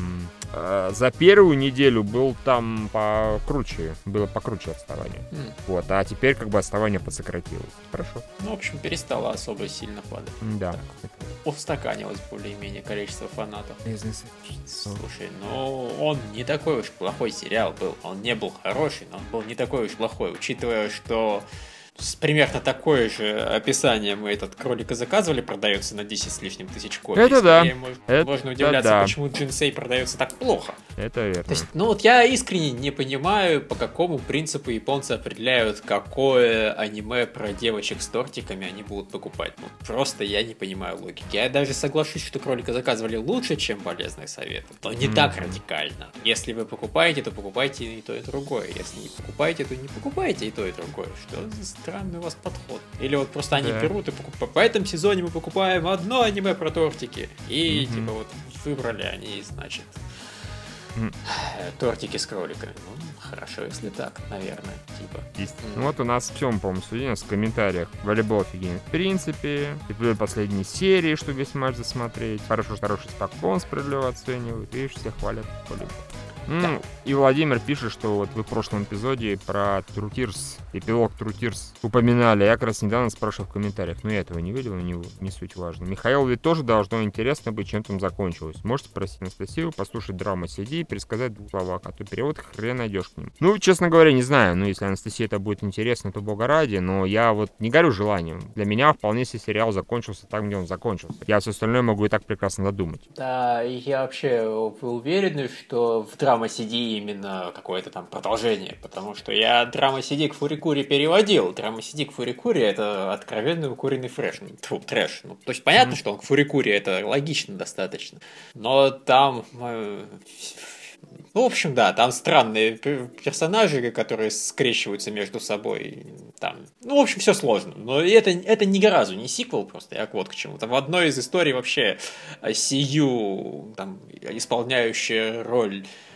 за первую неделю был там было покруче отставание. Вот, а теперь как бы отставание подсократилось. Хорошо. Ну, в общем, перестало особо сильно падать. Да. Устаканилось более-менее количество фанатов. Слушай, ну он не такой уж плохой сериал был. Он не был хороший, но он был не такой уж плохой, учитывая, что примерно такое же описание мы этот кролика заказывали, продается на 10 с лишним тысяч копий. Это да. Можно удивляться, почему Джинсей продается так плохо. Это верно. То есть, ну вот я искренне не понимаю, по какому принципу японцы определяют, какое аниме про девочек с тортиками они будут покупать. Ну, просто я не понимаю логики. Я даже соглашусь, что кролика заказывали лучше, чем болезные советы. Но не так радикально. Если вы покупаете, то покупайте и то, и другое. Если не покупаете, то не покупайте и то, и другое. Что за странный у вас подход? Или вот просто они берут и покупают. По этом сезоне мы покупаем одно аниме про тортики. И типа вот выбрали они, значит, тортики с кроликами. Ну, хорошо, если так, наверное, типа. Ну вот у нас в чем, по-моему, судьи, у нас в комментариях волейбол офигенный в принципе, теперь последней серии, чтобы весь матч засмотреть. Хороший спокон справедливо оценивают, видишь, все хвалят волейбол. Да. И Владимир пишет, что вот вы в прошлом эпизоде про True Tears, эпилог True Tears упоминали. Я как раз недавно спрашивал в комментариях, но я этого не видел, не суть важно. Михаил, ведь тоже должно интересно быть, чем там закончилось. Можете спросить Анастасию, послушать драму CD и пересказать в двух словах, а то перевод хрен найдешь к ним. Ну, честно говоря, не знаю, но если Анастасии это будет интересно, то бога ради, но я вот не горю желанием. Для меня вполне себе сериал закончился там, где он закончился. Я все остальное могу и так прекрасно додумать. Да, я вообще уверен, что в драма CD именно какое-то там продолжение, потому что я драма CD к Фурикури переводил. Драма CD к Фурикури — это откровенный укуренный трэш. Ну, то есть понятно, что он к Фурикури, это логично достаточно, но там... Ну, в общем, да, там странные персонажи, которые скрещиваются между собой. Там, ну, в общем, все сложно. Но это ни разу не сиквел, просто я вот к чему. Там в одной из историй вообще Сию, там, исполняющая роль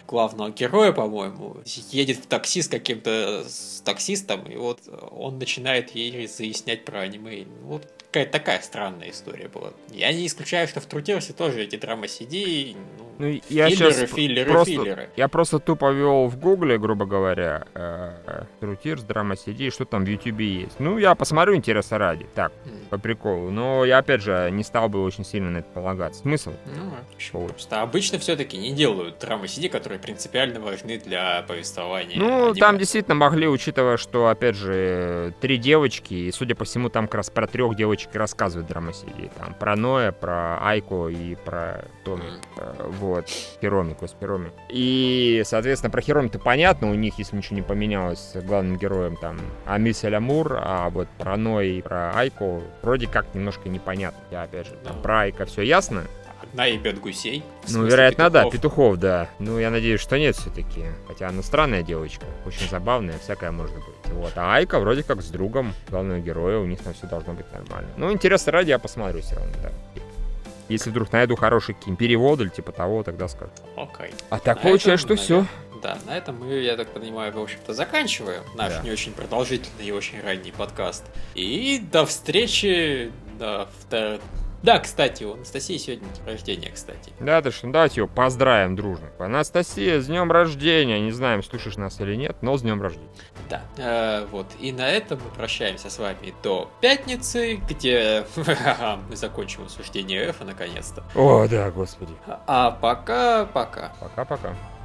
главного героя, по-моему, едет в такси с каким-то таксистом, и вот он начинает ей заяснять про аниме. Вот какая-то такая странная история была. Я не исключаю, что в Трутирсе тоже эти драма CD, филлеры. Я просто тупо ввел в гугле, грубо говоря, Трутирс, драма CD, что там в Ютубе есть. Ну, я посмотрю интереса ради, так, по приколу. Но я, опять же, не стал бы очень сильно на это полагаться. Смысл? Ну, просто обычно все-таки не делают драмы CD, которые принципиально важны для повествования. Ну, там действительно могли, учитывая, что, опять же, 3 девочки, и, судя по всему, там как раз про 3 девочек и рассказывают драма CD. Там про Ноя, про Айко и про Томи. Вот, Хироми. И, соответственно, про Хироми-то понятно, у них, если ничего не поменялось, главным героем там Амис Аль-Амур, а вот про Ноя и про Айко вроде как немножко непонятно. Я, опять же, там про Айко все ясно. Одна ебет гусей. Ну, вероятно, да, петухов, да. Ну, я надеюсь, что нет все-таки. Хотя она странная девочка, очень забавная, всякая может быть. Вот. А Айка вроде как с другом главного героя, у них там все должно быть нормально. Ну, интересно ради, я посмотрю все равно, да. Если вдруг найду хороший перевод или типа того, тогда скажу. Окей. А так получается, что все. Да, на этом мы, я так понимаю, в общем-то, заканчиваем наш не очень продолжительный и очень ранний подкаст. И до встречи. Да, кстати, у Анастасии сегодня день рождения, кстати. Да, точно, давайте ее поздравим дружно. Анастасия, с днем рождения. Не знаем, слушаешь нас или нет, но с днем рождения. Да, вот. И на этом мы прощаемся с вами до пятницы, где мы закончим обсуждение Эфа наконец-то. О, да, господи. А пока-пока. Пока-пока.